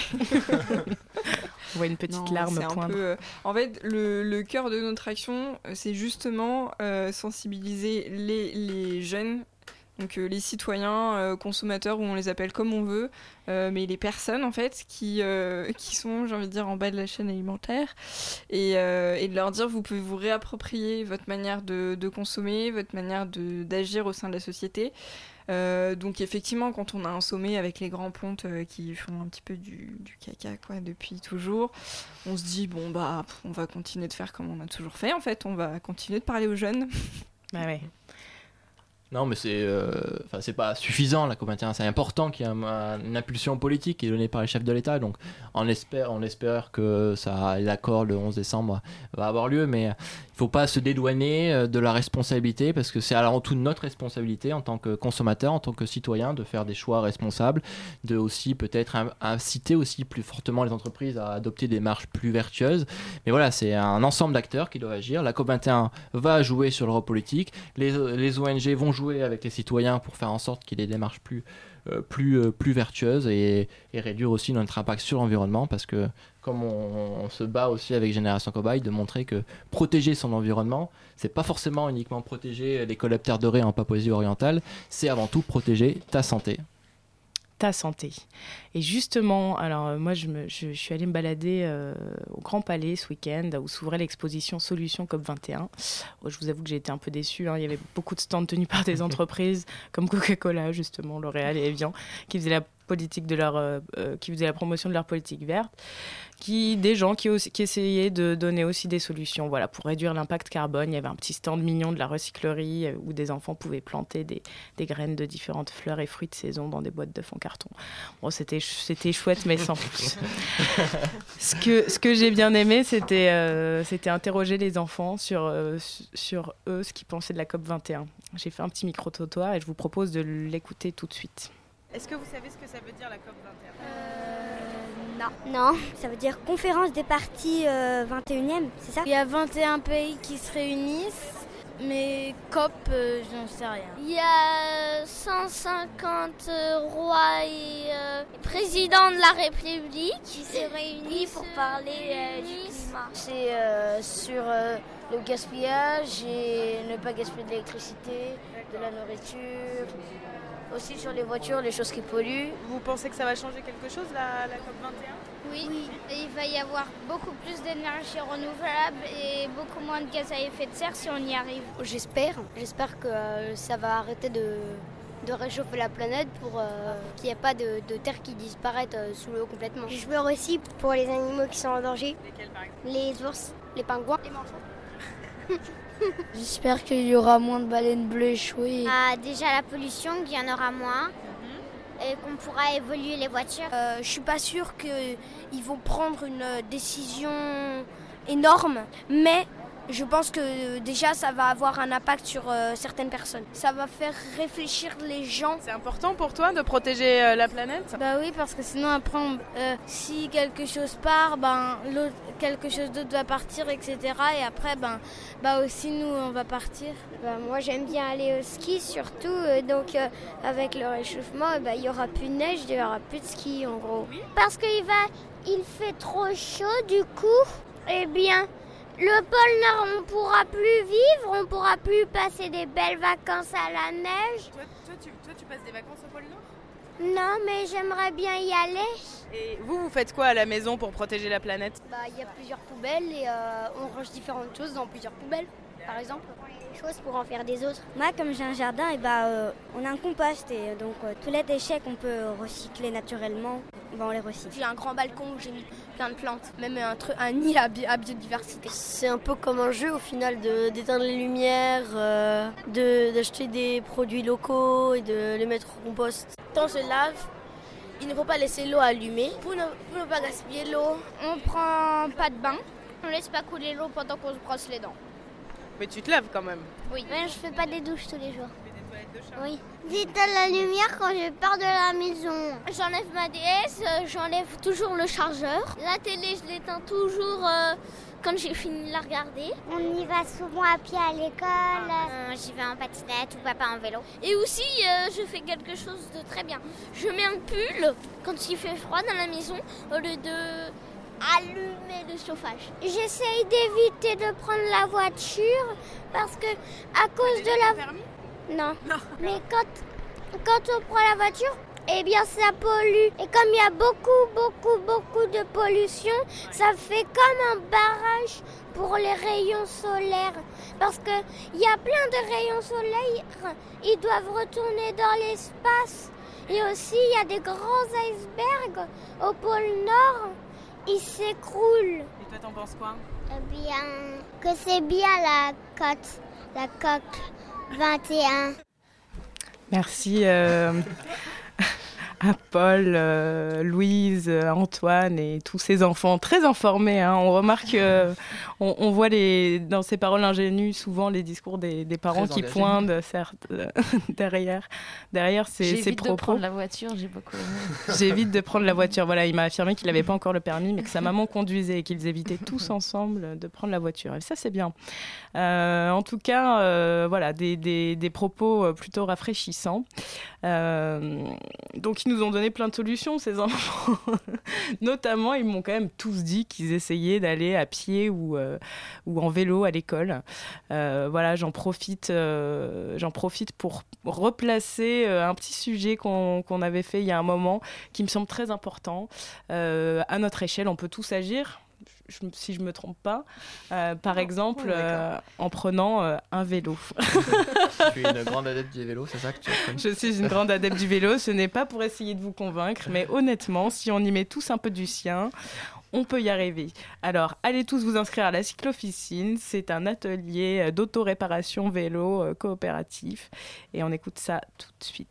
On voit une petite non, larme c'est poindre. Un peu, euh, en fait, le, le cœur de notre action, c'est justement euh, sensibiliser les, les jeunes, donc euh, les citoyens, euh, consommateurs, ou on les appelle comme on veut, euh, mais les personnes en fait qui, euh, qui sont, j'ai envie de dire, en bas de la chaîne alimentaire, et, euh, et de leur dire vous pouvez vous réapproprier votre manière de, de consommer, votre manière de, d'agir au sein de la société. Euh, donc effectivement, quand on a un sommet avec les grands pontes euh, qui font un petit peu du, du caca quoi, depuis toujours, on se dit bon bah on va continuer de faire comme on a toujours fait en fait, on va continuer de parler aux jeunes. Ah ouais. Non, mais c'est, euh, c'est pas suffisant, la COP vingt et un. C'est important qu'il y ait un, un, une impulsion politique qui est donnée par les chefs de l'État. Donc, on espère, on espère que ça, l'accord le onze décembre va avoir lieu. Mais il ne faut pas se dédouaner de la responsabilité parce que c'est avant tout notre responsabilité en tant que consommateur, en tant que citoyen, de faire des choix responsables, de aussi peut-être inciter aussi plus fortement les entreprises à adopter des marches plus vertueuses. Mais voilà, c'est un ensemble d'acteurs qui doivent agir. La COP vingt et un va jouer sur le rôle politique. Les, les O N G vont jouer avec les citoyens pour faire en sorte qu'il y ait des démarches plus, euh, plus, euh, plus vertueuses et, et réduire aussi notre impact sur l'environnement parce que comme on, on se bat aussi avec Génération Cobaye de montrer que protéger son environnement, c'est pas forcément uniquement protéger les coléoptères dorés en Papouasie orientale, c'est avant tout protéger ta santé. Ta santé. Et justement, alors euh, moi je, me, je, je suis allée me balader euh, au Grand Palais ce week-end où s'ouvrait l'exposition Solutions COP vingt et un. Oh, je vous avoue que j'ai été un peu déçue, hein. Il y avait beaucoup de stands tenus par des entreprises comme Coca-Cola, justement, L'Oréal et Evian, qui faisaient la politique de leur, euh, euh, qui faisaient la promotion de leur politique verte, qui, des gens qui, aussi, qui essayaient de donner aussi des solutions voilà, pour réduire l'impact carbone. Il y avait un petit stand mignon de la recyclerie euh, où des enfants pouvaient planter des, des graines de différentes fleurs et fruits de saison dans des boîtes d'œufs en carton. Bon, c'était, c'était chouette, mais sans plus. ce, que, ce que j'ai bien aimé, c'était, euh, c'était interroger les enfants sur, euh, sur eux, ce qu'ils pensaient de la COP vingt et un. J'ai fait un petit micro-trottoir et je vous propose de l'écouter tout de suite. Est-ce que vous savez ce que ça veut dire la COP vingt et un ? euh, Non. Non, ça veut dire conférence des parties euh, vingt et unième, c'est ça ? Il y a vingt et un pays qui se réunissent, mais COP, euh, j'en sais rien. Il y a cent cinquante rois et euh, présidents de la République qui se réunissent pour parler euh, du climat. C'est euh, sur euh, le gaspillage et ne pas gaspiller de l'électricité, de la nourriture. Aussi sur les voitures, les choses qui polluent. Vous pensez que ça va changer quelque chose, la, la COP vingt et un ? Oui, oui. Et il va y avoir beaucoup plus d'énergie renouvelable et beaucoup moins de gaz à effet de serre si on y arrive. J'espère. J'espère que euh, ça va arrêter de, de réchauffer la planète pour euh, qu'il n'y ait pas de, de terre qui disparaisse euh, sous l'eau complètement. J'espère aussi pour les animaux qui sont en danger. Lesquels, par exemple ? Les ours, les pingouins, les manchots. J'espère qu'il y aura moins de baleines bleues échouées. Ah, déjà la pollution, qu'il y en aura moins. Mm-hmm. Et qu'on pourra évoluer les voitures. Euh, je suis pas sûre qu'ils vont prendre une décision énorme, mais Je pense que déjà ça va avoir un impact sur euh, certaines personnes. Ça va faire réfléchir les gens. C'est important pour toi de protéger euh, la planète ? Bah oui, parce que sinon après, on, euh, si quelque chose part, ben, l'autre, quelque chose d'autre va partir, et cetera. Et après, ben, bah aussi nous, on va partir. Bah, moi j'aime bien aller au ski surtout, euh, donc euh, avec le réchauffement, il bah, y aura plus de neige, il y aura plus de ski en gros. Oui. Parce qu'il va, il fait trop chaud du coup, eh bien... Le pôle Nord, on ne pourra plus vivre, on ne pourra plus passer des belles vacances à la neige. Toi, toi, tu, toi tu passes des vacances au pôle Nord ? Non, mais j'aimerais bien y aller. Et vous, vous faites quoi à la maison pour protéger la planète ? Bah, il y a plusieurs poubelles et euh, on range différentes choses dans plusieurs poubelles, par exemple. Choses pour en faire des autres. Moi, comme j'ai un jardin, et bah, euh, on a un compost et donc euh, tous les déchets qu'on peut recycler naturellement, bah, on les recycle. J'ai un grand balcon où j'ai mis plein de plantes, même un, truc, un nid à, bi- à biodiversité. C'est un peu comme un jeu au final de, d'éteindre les lumières, euh, de, d'acheter des produits locaux et de les mettre au compost. Quand on se lave, il ne faut pas laisser l'eau allumée pour ne, pour ne pas gaspiller l'eau. On prend pas de bain, on laisse pas couler l'eau pendant qu'on se brosse les dents. Mais tu te laves quand même. Oui. Mais je fais pas des douches tous les jours. Oui. J'éteins la lumière quand je pars de la maison. J'enlève ma D S, euh, j'enlève toujours le chargeur. La télé, je l'éteins toujours euh, quand j'ai fini de la regarder. On y va souvent à pied à l'école. Euh, j'y vais en patinette ou papa en vélo. Et aussi, euh, je fais quelque chose de très bien. Je mets un pull quand il fait froid dans la maison au lieu de... allumer le chauffage. J'essaye d'éviter de prendre la voiture parce que à cause de la... Permis ? Non. non. Mais quand, quand on prend la voiture, eh bien ça pollue. Et comme il y a beaucoup, beaucoup, beaucoup de pollution, ça fait comme un barrage pour les rayons solaires. Parce qu'il y a plein de rayons solaires, ils doivent retourner dans l'espace. Et aussi, il y a des grands icebergs au pôle Nord. Il s'écroule. Et toi, t'en penses quoi ? Eh bien, que c'est bien la cote, la coque vingt et un. Merci euh, à Paul, euh, Louise, Antoine et tous ces enfants très informés. Hein. On remarque, euh, on, on voit les, dans ces paroles ingénues souvent les discours des, des parents Très qui engagés. pointent certes, euh, derrière, derrière ces, ces J'évite propos. de prendre la voiture, j'ai beaucoup aimé. J'évite de prendre la voiture. Voilà, il m'a affirmé qu'il n'avait pas encore le permis, mais que sa maman conduisait et qu'ils évitaient tous ensemble de prendre la voiture. Et ça, c'est bien. Euh, en tout cas, euh, voilà, des, des, des propos plutôt rafraîchissants. Euh, donc, ils nous ont donné plein de solutions, ces enfants. Notamment, ils m'ont quand même tous dit qu'ils essayaient d'aller à pied ou, euh, ou en vélo à l'école. Euh, voilà, j'en profite, euh, j'en profite pour replacer euh, un petit sujet qu'on, qu'on avait fait il y a un moment, qui me semble très important. Euh, à notre échelle, on peut tous agir. Je, si je ne me trompe pas, euh, par non, exemple, euh, en prenant euh, un vélo. Tu es une grande adepte du vélo, c'est ça que tu as Je suis une grande adepte du vélo. Ce n'est pas pour essayer de vous convaincre, mais honnêtement, si on y met tous un peu du sien, on peut y arriver. Alors, allez tous vous inscrire à la cyclo-officine. C'est un atelier d'auto-réparation vélo euh, coopératif. Et on écoute ça tout de suite.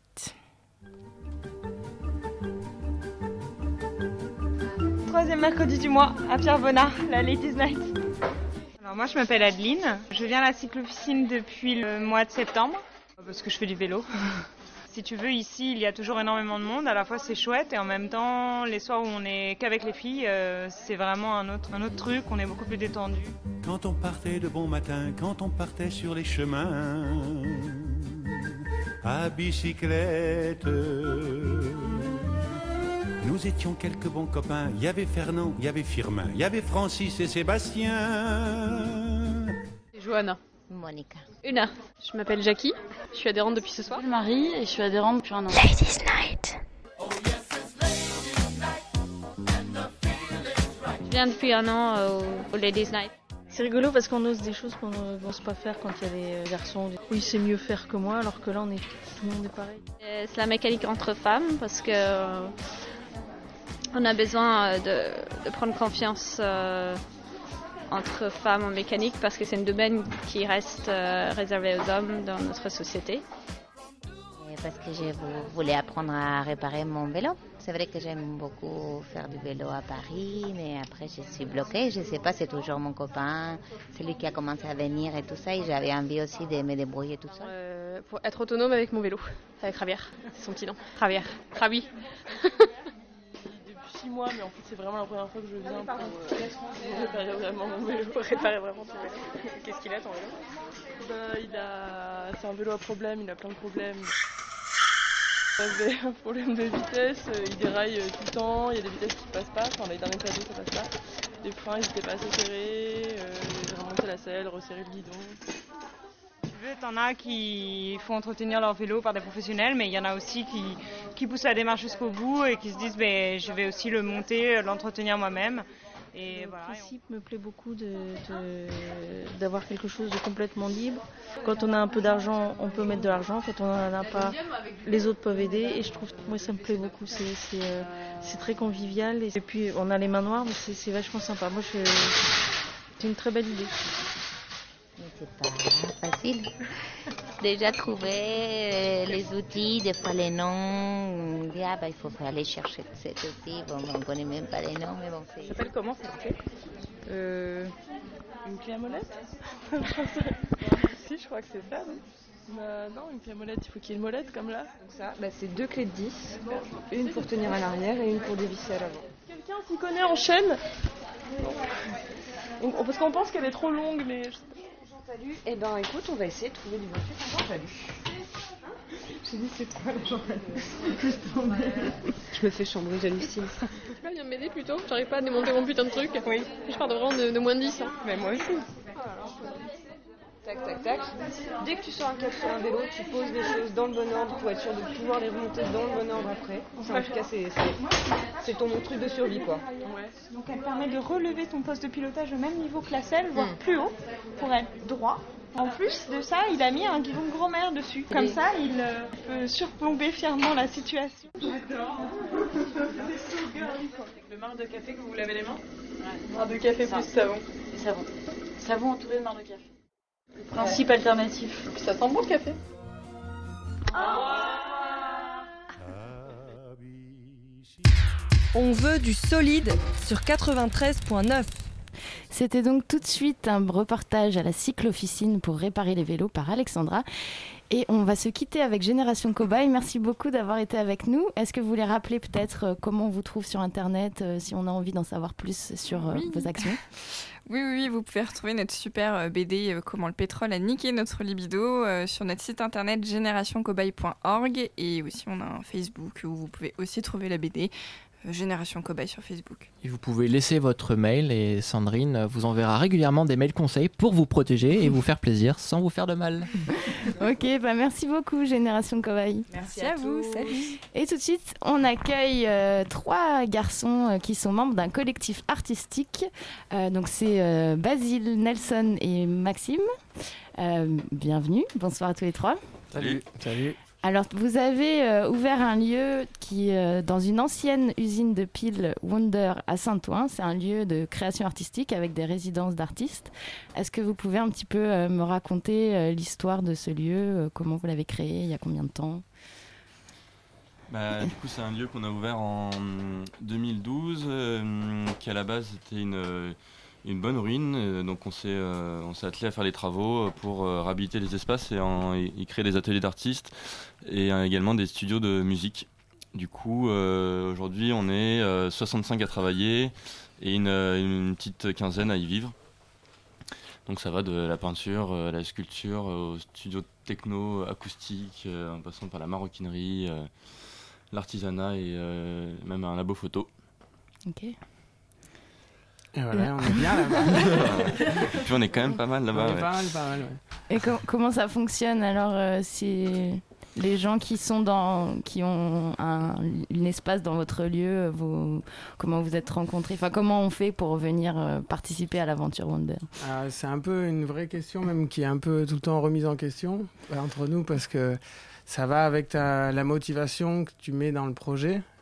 Troisième mercredi du mois à Pierre-Bonnard, la Ladies Night. Alors moi je m'appelle Adeline, je viens à la cyclo-officine depuis le mois de septembre parce que je fais du vélo. Si tu veux, ici il y a toujours énormément de monde, à la fois c'est chouette et en même temps les soirs où on est qu'avec les filles, euh, c'est vraiment un autre, un autre truc, on est beaucoup plus détendu. Quand on partait de bon matin, quand on partait sur les chemins à bicyclette, nous étions quelques bons copains. Il y avait Fernand, il y avait Firmin, il y avait Francis et Sébastien. C'est Johanna. Monica. Una. Je m'appelle Jackie. Je suis adhérente depuis ce soir. Je suis Marie et je suis adhérente depuis un an. Ladies Night. Je viens depuis un an au, au Ladies Night. C'est rigolo parce qu'on ose des choses qu'on n'ose pas faire quand il y a des garçons. Oui, c'est mieux faire que moi, alors que là, on est, tout le monde est pareil. C'est la mécanique entre femmes parce que euh, on a besoin de, de prendre confiance euh, entre femmes en mécanique parce que c'est un domaine qui reste euh, réservé aux hommes dans notre société. Parce que je voulais apprendre à réparer mon vélo. c'est vrai que j'aime beaucoup faire du vélo à Paris, mais après je suis bloquée. Je ne sais pas, c'est toujours mon copain, celui qui a commencé à venir et tout ça. Et j'avais envie aussi de me débrouiller tout seul. Euh, pour être autonome avec mon vélo, avec Javier, c'est son petit nom. Javier, Javi. Depuis six mois, mais en fait c'est vraiment la première fois que je viens pour euh, réparer vraiment mon vélo. Réparer vraiment ton vélo. Qu'est-ce qu'il a ton vélo? Bah, il a... C'est un vélo à problème, il a plein de problèmes. Il avait un problème de vitesse, il déraille tout le temps, il y a des vitesses qui passent pas, enfin les derniers plateaux ça passe pas. Les freins ils étaient pas assez serrés, euh, j'ai remonté la selle, resserré le guidon. Tu veux, t'en as qui font entretenir leur vélo par des professionnels, mais il y en a aussi qui, qui poussent la démarche jusqu'au bout et qui se disent ben, je vais aussi le monter, l'entretenir moi-même. Et le voilà, principe on... me plaît beaucoup de, de, d'avoir quelque chose de complètement libre. Quand on a un peu d'argent, on peut mettre de l'argent. Quand on n'en a pas, les autres peuvent aider. Et je trouve, moi, ça me plaît beaucoup. C'est, c'est, euh, c'est très convivial. Et puis, on a les mains noires, mais c'est, c'est vachement sympa. Moi, je, c'est une très belle idée. Mais c'est pas facile. Déjà trouver les outils, des fois les noms, on dit ah bah il faut aller chercher cet outil, bon on connaît même pas les noms mais bon c'est... Ça s'appelle comment cette clé? euh, Une clé à molette. Si je crois que c'est ça, non bah, non, une clé à molette, il faut qu'il y ait une molette comme là. Donc ça, bah, c'est deux clés de dix, une pour tenir à l'arrière et une pour dévisser à l'avant. Quelqu'un s'y connaît en chaîne? Donc, parce qu'on pense qu'elle est trop longue mais... Salut, eh ben écoute, on va essayer de trouver du vingt-huit en salut. J'ai dit c'est toi la journaliste. Je me fais chambrer, j'hallucine. Tu peux venir m'aider plutôt? J'arrive pas à démonter mon putain de truc. Oui. Je pars de vraiment de, de moins de dix. Hein. Mais moi aussi. Tac, tac, tac. Dès que tu sors un câble sur un vélo, tu poses les choses dans le bon ordre pour être sûr de pouvoir les remonter dans le bon ordre après. Enfin, en tout cas, c'est, c'est, c'est ton truc de survie, quoi. Ouais. Donc elle permet de relever ton poste de pilotage au même niveau que la selle, voire mmh. plus haut, pour être droit. En plus de ça, il a mis un guidon de grand-mère dessus. Comme ça, il euh, peut surplomber fièrement la situation. J'adore. C'est so girly, quoi. Le marc de café que vous lavez les mains? Ouais. Marc de café ça. Plus savon. Et savon. Savon entouré de marc de café. Le principe ouais. alternatif. Ça sent bon le café. On veut du solide sur quatre-vingt-treize virgule neuf. C'était donc tout de suite un reportage à la cyclo-officine pour réparer les vélos par Alexandra. Et on va se quitter avec Génération Cobaye. Merci beaucoup d'avoir été avec nous. Est-ce que vous voulez rappeler peut-être comment on vous trouve sur Internet, euh, si on a envie d'en savoir plus sur euh, oui. vos actions? Oui, oui, oui, vous pouvez retrouver notre super B D euh, Comment le pétrole a niqué notre libido euh, sur notre site internet génération cobaye point org et aussi on a un Facebook où vous pouvez aussi trouver la B D euh, Génération Cobaye sur Facebook. Et vous pouvez laisser votre mail et Sandrine vous enverra régulièrement des mails conseils pour vous protéger et vous faire plaisir sans vous faire de mal. Ok, bah merci beaucoup Génération Cobaye. Merci, merci à, à vous, salut. Et tout de suite, on accueille euh, trois garçons euh, qui sont membres d'un collectif artistique. Euh, donc c'est euh, Basile, Nelson et Maxime. Euh, bienvenue, bonsoir à tous les trois. Salut. Salut. Alors, vous avez euh, ouvert un lieu qui, euh, dans une ancienne usine de piles Wonder à Saint-Ouen. C'est un lieu de création artistique avec des résidences d'artistes. Est-ce que vous pouvez un petit peu euh, me raconter euh, l'histoire de ce lieu, euh, comment vous l'avez créé, il y a combien de temps? Bah, du coup, c'est un lieu qu'on a ouvert en deux mille douze, euh, qui à la base était une, une bonne ruine. Euh, donc, on s'est, euh, on s'est attelé à faire les travaux pour euh, réhabiliter les espaces et en, y créer des ateliers d'artistes et euh, également des studios de musique. Du coup, euh, aujourd'hui, on est euh, soixante-cinq à travailler et une, une petite quinzaine à y vivre. Donc, ça va de la peinture, euh, la sculpture, euh, au studio techno, acoustique, euh, en passant par la maroquinerie. Euh, l'artisanat et euh, même un labo photo. Ok. Et voilà, on est bien là-bas. Puis on est quand même pas mal là-bas. On est ouais. pas mal, pas mal, ouais. Et com- comment ça fonctionne alors euh, si les gens qui sont dans, qui ont un, un espace dans votre lieu, vous, comment vous êtes rencontrés? Enfin, comment on fait pour venir euh, participer à l'aventure Wonder? Alors, c'est un peu une vraie question, même qui est un peu tout le temps remise en question euh, entre nous, parce que ça va avec ta, la motivation que tu mets dans le projet.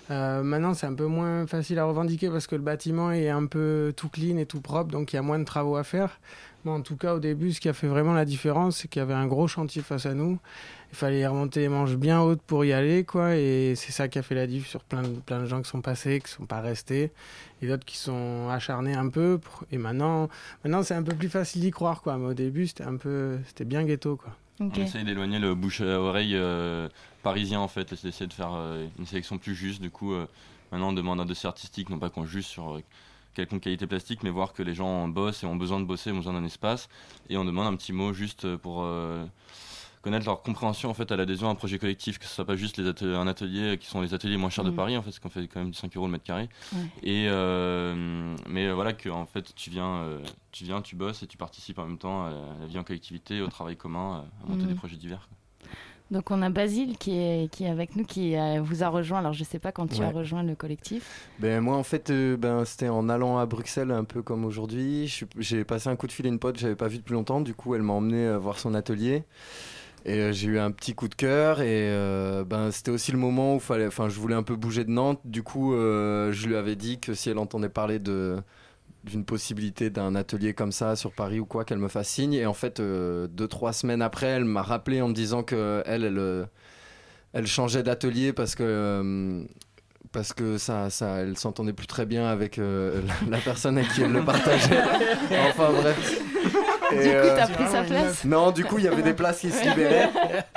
Euh, maintenant, c'est un peu moins facile à revendiquer parce que le bâtiment est un peu tout clean et tout propre, donc il y a moins de travaux à faire. Mais en tout cas, au début, ce qui a fait vraiment la différence, c'est qu'il y avait un gros chantier face à nous. Il fallait remonter les manches bien hautes pour y aller, quoi. Et c'est ça qui a fait la diff sur plein de, plein de gens qui sont passés, qui ne sont pas restés, et d'autres qui sont acharnés un peu. Pour... Et maintenant, maintenant, c'est un peu plus facile d'y croire, quoi. Mais au début, c'était un peu, c'était bien ghetto, quoi. Okay. On essaye d'éloigner le bouche à oreille euh, parisien en fait, et d'essayer de faire euh, une sélection plus juste. Du coup, euh, maintenant on demande un dossier artistique, non pas qu'on juge sur euh, quelconque qualité plastique, mais voir que les gens bossent et ont besoin de bosser, ont besoin d'un espace. Et on demande un petit mot juste pour euh, connaître leur compréhension en fait à l'adhésion à un projet collectif, que ce soit pas juste les ateliers, un atelier qui sont les ateliers moins chers mmh. de Paris en fait, parce qu'on fait quand même cinq euros le mètre carré. Ouais. Et euh, mais euh, voilà que en fait tu viens, euh, tu viens, tu bosses et tu participes en même temps à la vie en collectivité, au travail commun, à monter mmh. des projets divers. Quoi. Donc on a Basile qui est, qui est avec nous, qui euh, vous a rejoint. Alors je sais pas quand tu ouais. as rejoint le collectif. Ben moi en fait euh, ben, c'était en allant à Bruxelles un peu comme aujourd'hui. Je suis, j'ai passé un coup de fil à une pote que j'avais pas vue depuis longtemps. Du coup elle m'a emmené euh, voir son atelier. Et euh, j'ai eu un petit coup de cœur et euh, ben, c'était aussi le moment où fallait, je voulais un peu bouger de Nantes. Du coup euh, je lui avais dit que si elle entendait parler de, d'une possibilité d'un atelier comme ça sur Paris ou quoi, qu'elle me fasse signe. Et en fait euh, deux trois semaines après elle m'a rappelé en me disant qu'elle elle, elle, elle changeait d'atelier parce que euh, parce que ça, ça, elle s'entendait plus très bien avec euh, la, la personne avec qui elle le partageait. Enfin bref. Et du coup, euh, t'as pris sa place ? Non, du coup, il y avait des places qui se libéraient.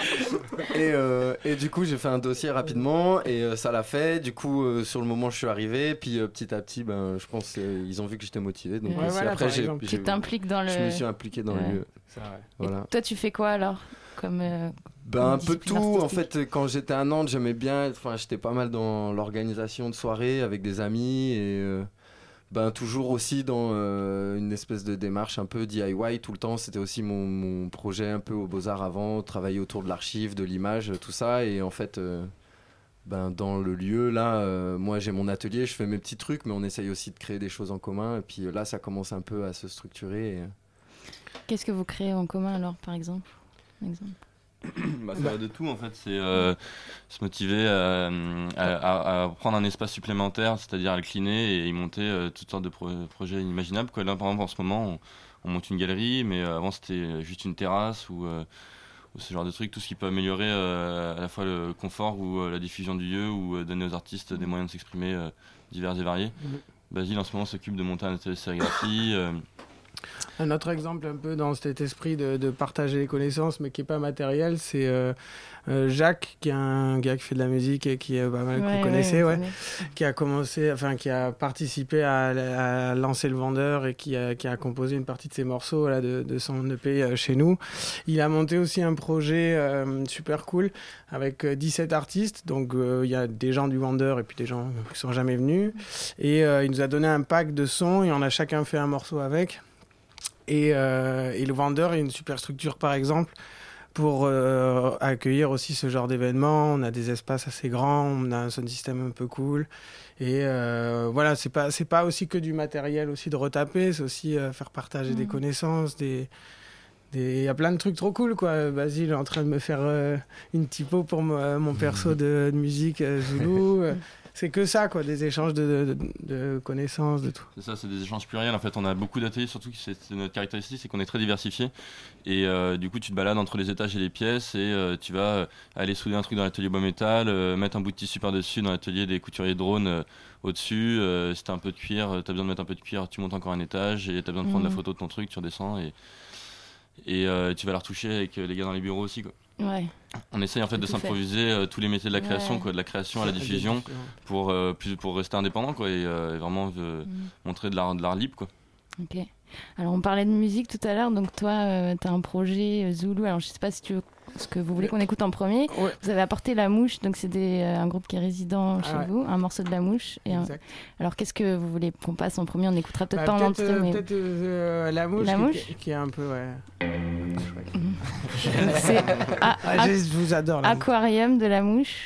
Et, euh, et du coup, j'ai fait un dossier rapidement et euh, ça l'a fait. Du coup, euh, sur le moment, je suis arrivé. Puis euh, petit à petit, ben, je pense qu'ils ont vu que j'étais motivé. Donc ouais, voilà, après, j'ai, j'ai, tu t'impliques dans le... Je me suis impliqué dans ouais. le lieu. C'est vrai. Voilà. Et toi, tu fais quoi alors comme, euh, ben, comme un peu tout. Artistique. En fait, quand j'étais à Nantes, j'aimais bien. Enfin, j'étais pas mal dans l'organisation de soirées avec des amis et... Euh, Ben, toujours aussi dans euh, une espèce de démarche un peu D I Y tout le temps. C'était aussi mon, mon projet un peu aux Beaux-Arts avant, travailler autour de l'archive, de l'image, tout ça. Et en fait, euh, ben, dans le lieu, là, euh, moi j'ai mon atelier, je fais mes petits trucs, mais on essaye aussi de créer des choses en commun. Et puis là, ça commence un peu à se structurer. Et... Qu'est-ce que vous créez en commun alors, par exemple, par exemple bah, ça va de tout en fait, c'est euh, se motiver à, à, à prendre un espace supplémentaire, c'est-à-dire à le cleaner et y monter euh, toutes sortes de pro- projets inimaginables. Quoi. Là par exemple en ce moment on, on monte une galerie, mais euh, avant c'était juste une terrasse ou, euh, ou ce genre de truc, tout ce qui peut améliorer euh, à la fois le confort ou euh, la diffusion du lieu ou euh, donner aux artistes des moyens de s'exprimer euh, divers et variés. Mmh. Basile en ce moment s'occupe de monter un atelier de sérigraphie. Euh, Un autre exemple un peu dans cet esprit de, de partager les connaissances mais qui n'est pas matériel, c'est euh, euh, Jacques, qui est un gars qui fait de la musique et qui est pas mal, ouais, que vous connaissez, ouais, ouais, qui a commencé, enfin qui a participé à, à lancer le vendeur et qui a, qui a composé une partie de ses morceaux là, de, de son E P chez nous. Il a monté aussi un projet euh, super cool avec dix-sept artistes, donc il euh, y a des gens du vendeur et puis des gens qui sont jamais venus, et euh, il nous a donné un pack de sons et on a chacun fait un morceau avec. Et, euh, et le vendeur est une super structure par exemple pour euh, accueillir aussi ce genre d'événements. On a des espaces assez grands, on a un sound system un peu cool et euh, voilà, c'est pas, c'est pas aussi que du matériel aussi de retaper, c'est aussi euh, faire partager mmh. des connaissances, des... Il y a plein de trucs trop cool, quoi. Basile est en train de me faire euh, une typo pour m- mon perso de, de musique euh, Zoulou. C'est que ça, quoi, des échanges de, de, de connaissances, de tout. C'est ça, c'est des échanges pluriels. En fait, on a beaucoup d'ateliers, surtout que c'est, c'est notre caractéristique, c'est qu'on est très diversifié. Et euh, du coup, tu te balades entre les étages et les pièces et euh, tu vas aller souder un truc dans l'atelier bois métal, euh, mettre un bout de tissu par-dessus dans l'atelier des couturiers drones euh, au-dessus. Euh, si t'as un peu de cuir, t'as besoin de mettre un peu de cuir, tu montes encore un étage et t'as besoin de prendre mmh. la photo de ton truc, tu redescends et... Et euh, tu vas la retoucher avec les gars dans les bureaux aussi, quoi. Ouais. On essaye en fait de s'improviser euh, tous les métiers de la création, ouais. quoi, de la création à la diffusion, pour, euh, plus, pour rester indépendant, quoi, et, euh, et vraiment euh, mmh. montrer de l'art, de l'art libre, quoi. Ok. Alors on parlait de musique tout à l'heure, donc toi euh, tu as un projet euh, Zoulou, alors je sais pas si tu veux, ce que vous voulez qu'on écoute en premier. Ouais. Vous avez apporté La Mouche, donc c'est des, euh, un groupe qui est résident ah chez ouais. vous, un morceau de La Mouche. Et un... Alors qu'est-ce que vous voulez qu'on passe en premier? On écoutera peut-être bah, pas peut-être, en entier. Euh, mais... Peut-être euh, La Mouche, La qui, Mouche qui, qui est un peu... Ouais. c'est a- ah, je vous adore. La Aquarium de La Mouche.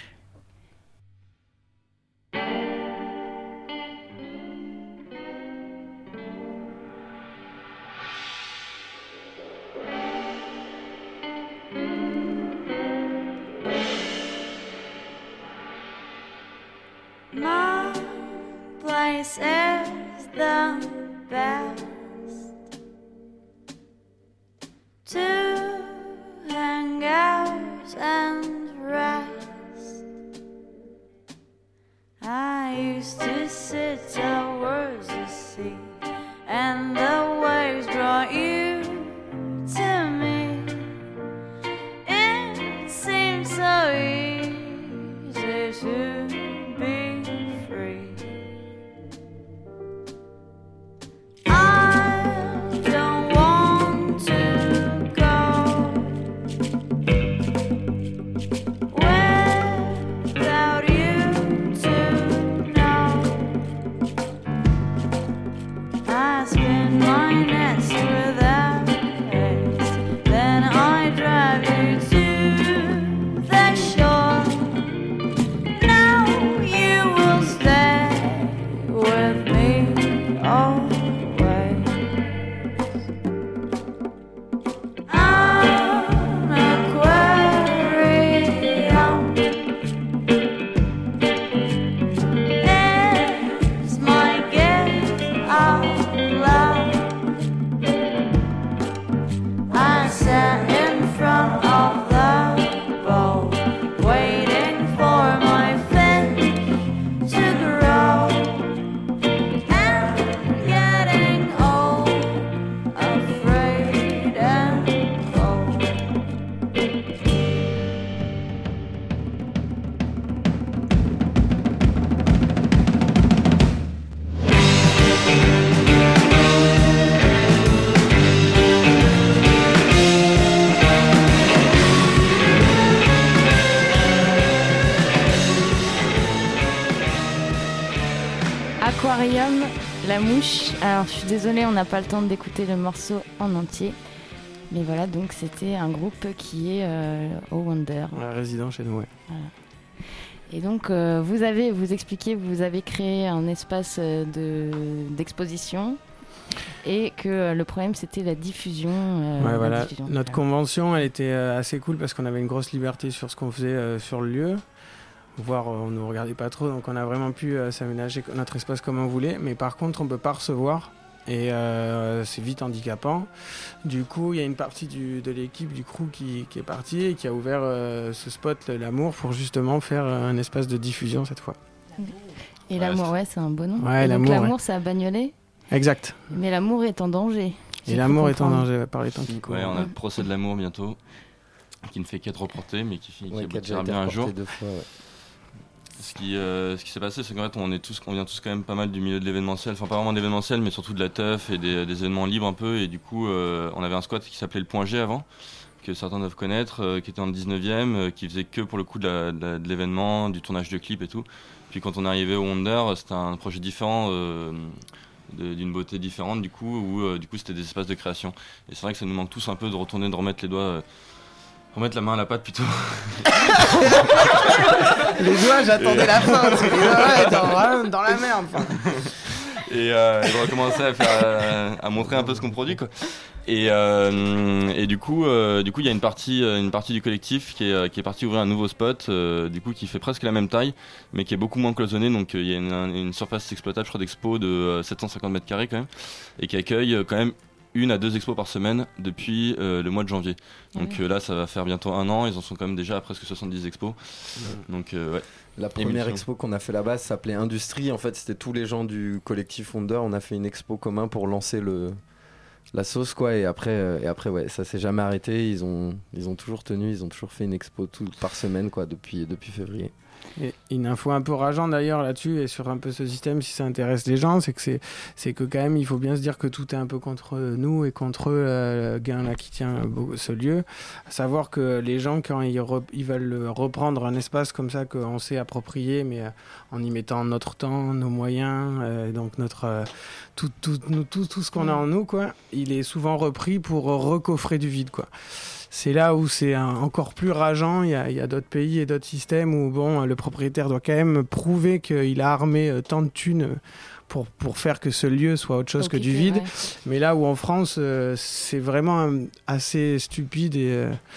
Ma place is the best to hang out and rest. I used to sit towards the sea, and the waves brought you to me. It seems so easy to be free. I don't want to go without you to know. I spin my nets without haste, then I drive you to the shore. Now you will stay with me always. An aquarium is my gift of love. I sat in front of the bowl, waiting for my fin to grow, and getting old, afraid and cold. Aquarium, La Mouche. Alors je suis désolée, on n'a pas le temps d'écouter le morceau en entier. Mais voilà, donc c'était un groupe qui est euh, au Wonder. Ouais, résident chez nous, ouais. Voilà. Et donc euh, vous avez, vous expliquez, vous avez créé un espace euh, de, d'exposition et que euh, le problème c'était la diffusion. euh, Ouais, la voilà. diffusion. Notre convention, elle était euh, assez cool parce qu'on avait une grosse liberté sur ce qu'on faisait euh, sur le lieu. Voire, euh, on ne nous regardait pas trop, donc on a vraiment pu euh, s'aménager notre espace comme on voulait. Mais par contre, on ne peut pas recevoir et euh, c'est vite handicapant. Du coup, il y a une partie du, de l'équipe, du crew qui, qui est partie et qui a ouvert euh, ce spot, l'Amour, pour justement faire euh, un espace de diffusion cette fois. Et l'Amour, ouais, c'est un beau nom. Ouais, Et donc l'Amour, l'Amour, ouais. c'est à Bagnolet. Exact. Mais l'Amour est en danger. Et J'ai l'Amour cru est en comprendre. danger par les temps qui courent. Ouais, on a le procès de l'amour bientôt, qui ne fait qu'être reporté, mais qui, finit- qui Ouais, qui a déjà aboutira été bien un reporté jour. deux fois, ouais. Ce qui, euh, ce qui s'est passé, c'est qu'en fait, on, est tous, on vient tous quand même pas mal du milieu de l'événementiel, enfin pas vraiment de l'événementiel, mais surtout de la teuf et des, des événements libres un peu. Et du coup, euh, on avait un squat qui s'appelait le Point G avant, que certains doivent connaître, euh, qui était dans le dix-neuvième, euh, qui faisait que pour le coup de, la- de la- de l'événement, du tournage de clips et tout. Puis quand on est arrivé au Wonder, c'était un projet différent, euh, de- d'une beauté différente du coup, où euh, du coup c'était des espaces de création. Et c'est vrai que ça nous manque tous un peu de retourner, de remettre les doigts, euh, remettre la main à la pâte plutôt. Les doigts, j'attendais la fin. parce que les doigts, ouais, dans, dans la merde. enfin. et, euh, et de recommencer à faire euh, à montrer un peu ce qu'on produit quoi. Et, euh, et du coup euh, du coup il y a une partie euh, une partie du collectif qui est qui est partie ouvrir un nouveau spot euh, du coup qui fait presque la même taille mais qui est beaucoup moins cloisonné, donc euh, il y a une, une surface exploitable je crois d'expo de euh, sept cent cinquante mètres carrés quand même, et qui accueille euh, quand même une à deux expos par semaine depuis euh, le mois de janvier. Donc Ouais. euh, là ça va faire bientôt un an, ils en sont quand même déjà à presque soixante-dix expos. Donc euh, ouais. La première expo qu'on a fait là-bas s'appelait Industrie. En fait, c'était tous les gens du collectif Wonder. On a fait une expo commun pour lancer le, la sauce, quoi. Et après, euh, et après ouais, ça s'est jamais arrêté. Ils ont, ils ont toujours tenu, ils ont toujours fait une expo tout, par semaine, quoi, depuis, depuis février. Et une info un peu rageante d'ailleurs là-dessus et sur un peu ce système, si ça intéresse les gens, c'est que c'est, c'est que quand même il faut bien se dire que tout est un peu contre nous et contre euh, le gain là qui tient ce lieu. À savoir que les gens quand ils, re, ils veulent reprendre un espace comme ça qu'on s'est approprié, mais euh, en y mettant notre temps, nos moyens, euh, donc notre euh, tout, tout, nous, tout, tout ce qu'on a en nous, quoi, il est souvent repris pour recoffrer du vide, quoi. C'est là où c'est un, encore plus rageant. Il y a, il y a d'autres pays et d'autres systèmes où bon, le propriétaire doit quand même prouver qu'il a armé euh, tant de thunes pour, pour faire que ce lieu soit autre chose Occupé, que du vide. ouais. Mais là où en France, euh, c'est vraiment euh, assez stupide et, euh,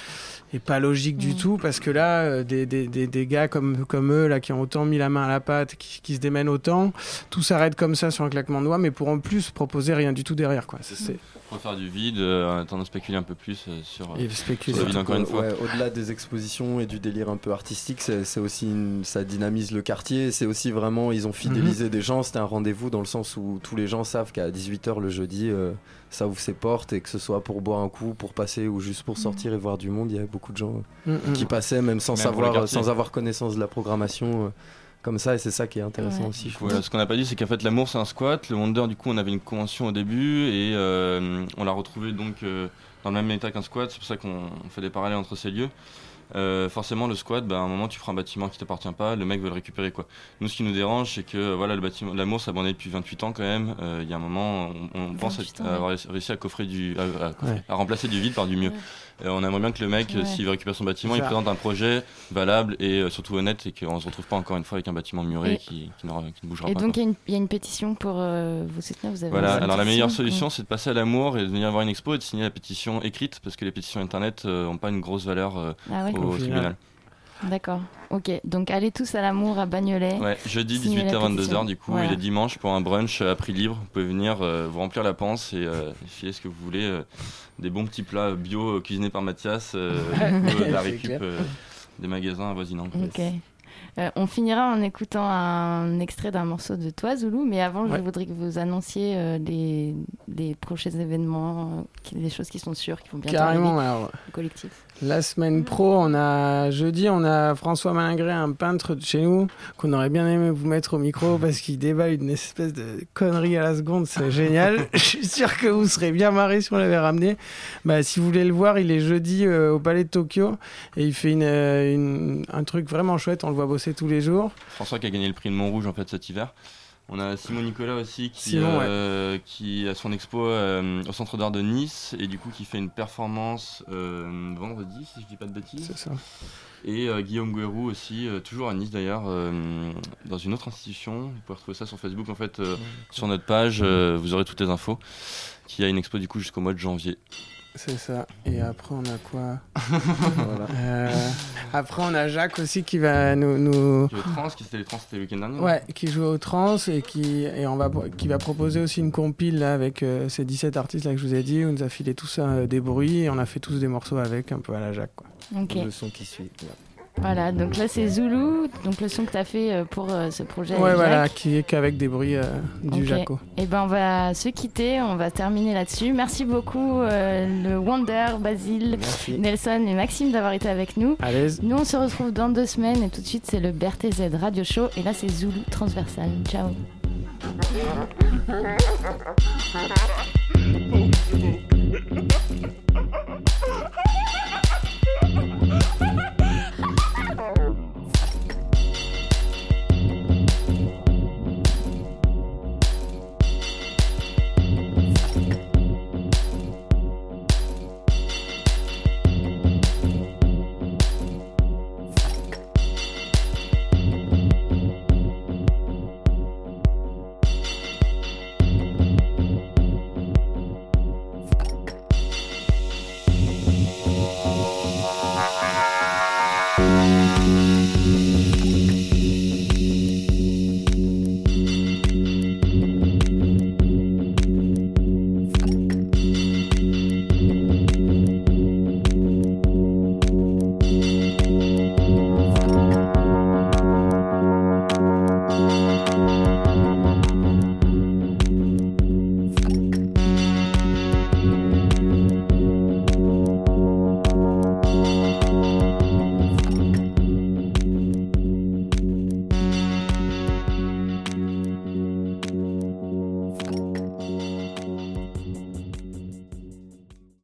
est pas logique du tout, parce que là, euh, des, des, des, des gars comme, comme eux, là, qui ont autant mis la main à la pâte, qui, qui se démènent autant, tout s'arrête comme ça sur un claquement de doigts, mais pour en plus proposer rien du tout derrière, quoi. C'est, c'est... Faut faire du vide, euh, en spéculer un peu plus euh, sur, et spéculer. sur le vide encore une fois. Ouais, au-delà des expositions et du délire un peu artistique, c'est, c'est aussi une, ça dynamise le quartier. C'est aussi vraiment, ils ont fidélisé mm-hmm. des gens. C'était un rendez-vous dans le sens où tous les gens savent qu'à dix-huit heures le jeudi, euh, ça ouvre ses portes, et que ce soit pour boire un coup, pour passer ou juste pour sortir et voir du monde, il y avait beaucoup de gens euh, mm-hmm. qui passaient même sans même savoir, sans avoir connaissance de la programmation. Euh, comme ça, et c'est ça qui est intéressant ouais. aussi. Voilà, ce qu'on n'a pas dit, c'est qu'en fait l'Amour c'est un squat. Le Wonder, du coup, on avait une convention au début et euh, on l'a retrouvé donc euh, dans le même état qu'un squat. C'est pour ça qu'on fait des parallèles entre ces lieux. Euh, forcément, le squat, bah, à un moment, tu prends un bâtiment qui t'appartient pas, le mec veut le récupérer, quoi. Nous, ce qui nous dérange, c'est que voilà, le bâtiment, l'Amour, ça abandonné depuis vingt-huit ans quand même. Il euh, y a un moment, on, on pense à, à avoir réussi à coffrer du, à, à, coffrer, ouais. à remplacer du vide par du mieux. Ouais. Euh, on aimerait bien que le mec, ouais. s'il veut récupérer son bâtiment, il présente un projet valable et euh, surtout honnête, et qu'on se retrouve pas encore une fois avec un bâtiment muré et qui, qui, qui ne bougera et pas. Et donc il y, y a une pétition pour euh, vous soutenir. Vous avez voilà. Alors la meilleure solution, ouais. c'est de passer à l'Amour et de venir voir une expo et de signer la pétition écrite, parce que les pétitions internet n'ont euh, pas une grosse valeur euh, ah ouais. au, au tribunal. D'accord, ok. Donc allez tous à l'Amour à Bagnolet. Ouais, jeudi dix-huit heures vingt-deux heures du coup, voilà. Et les dimanches pour un brunch à prix libre. Vous pouvez venir euh, vous remplir la panse et euh, filer ce que vous voulez. Euh, des bons petits plats bio euh, cuisinés par Mathias, euh, ouais, de la récup euh, des magasins avoisinants. Ok. Euh, on finira en écoutant un extrait d'un morceau de toi, Zoulou, mais avant, ouais. je voudrais que vous annonciez euh, les, les prochains événements, euh, les choses qui sont sûres, qui vont bientôt Carrément, arriver alors, au collectif. La semaine pro, on a jeudi, on a François Malingré, un peintre de chez nous, qu'on aurait bien aimé vous mettre au micro parce qu'il déballe une espèce de connerie à la seconde, c'est génial. Je suis sûr que vous serez bien marrés si on l'avait ramené. Bah, si vous voulez le voir, il est jeudi euh, au Palais de Tokyo et il fait une, une, un truc vraiment chouette, on le voit bosser tous les jours. François qui a gagné le prix de Montrouge en fait cet hiver. On a Simon Nicolas aussi qui, Simon, euh, ouais. qui a son expo euh, au Centre d'Art de Nice et du coup qui fait une performance euh, vendredi si je dis pas de bêtises. C'est ça. Et euh, Guillaume Guérou aussi, euh, toujours à Nice d'ailleurs, euh, dans une autre institution. Vous pouvez retrouver ça sur Facebook en fait, euh, ouais, sur notre page, euh, vous aurez toutes les infos. Qui a une expo du coup jusqu'au mois de janvier. C'est ça. Et après, on a quoi voilà. euh, Après, on a Jacques aussi qui va nous. nous... Qui joue au Trans, qui c'était les Trans, c'était le week-end dernier. Ouais, qui joue au Trans et qui et on va qui va proposer aussi une compile là, avec euh, ces dix-sept artistes là que je vous ai dit. On nous a filé tout ça euh, des bruits et on a fait tous des morceaux avec, un peu à la Jacques, quoi. Ok. Le son qui suit. Ouais. Voilà, donc là c'est Zoulou, donc le son que tu as fait pour euh, ce projet. Ouais, voilà, qui est qu'avec des bruits euh, du okay. Jaco. Et ben on va se quitter, on va terminer là-dessus. Merci beaucoup euh, le Wonder, Basile, Merci. Nelson et Maxime d'avoir été avec nous. À l'aise. Nous on se retrouve dans deux semaines et tout de suite c'est le B R T Z Radio Show et là c'est Zoulou Transversal. Ciao.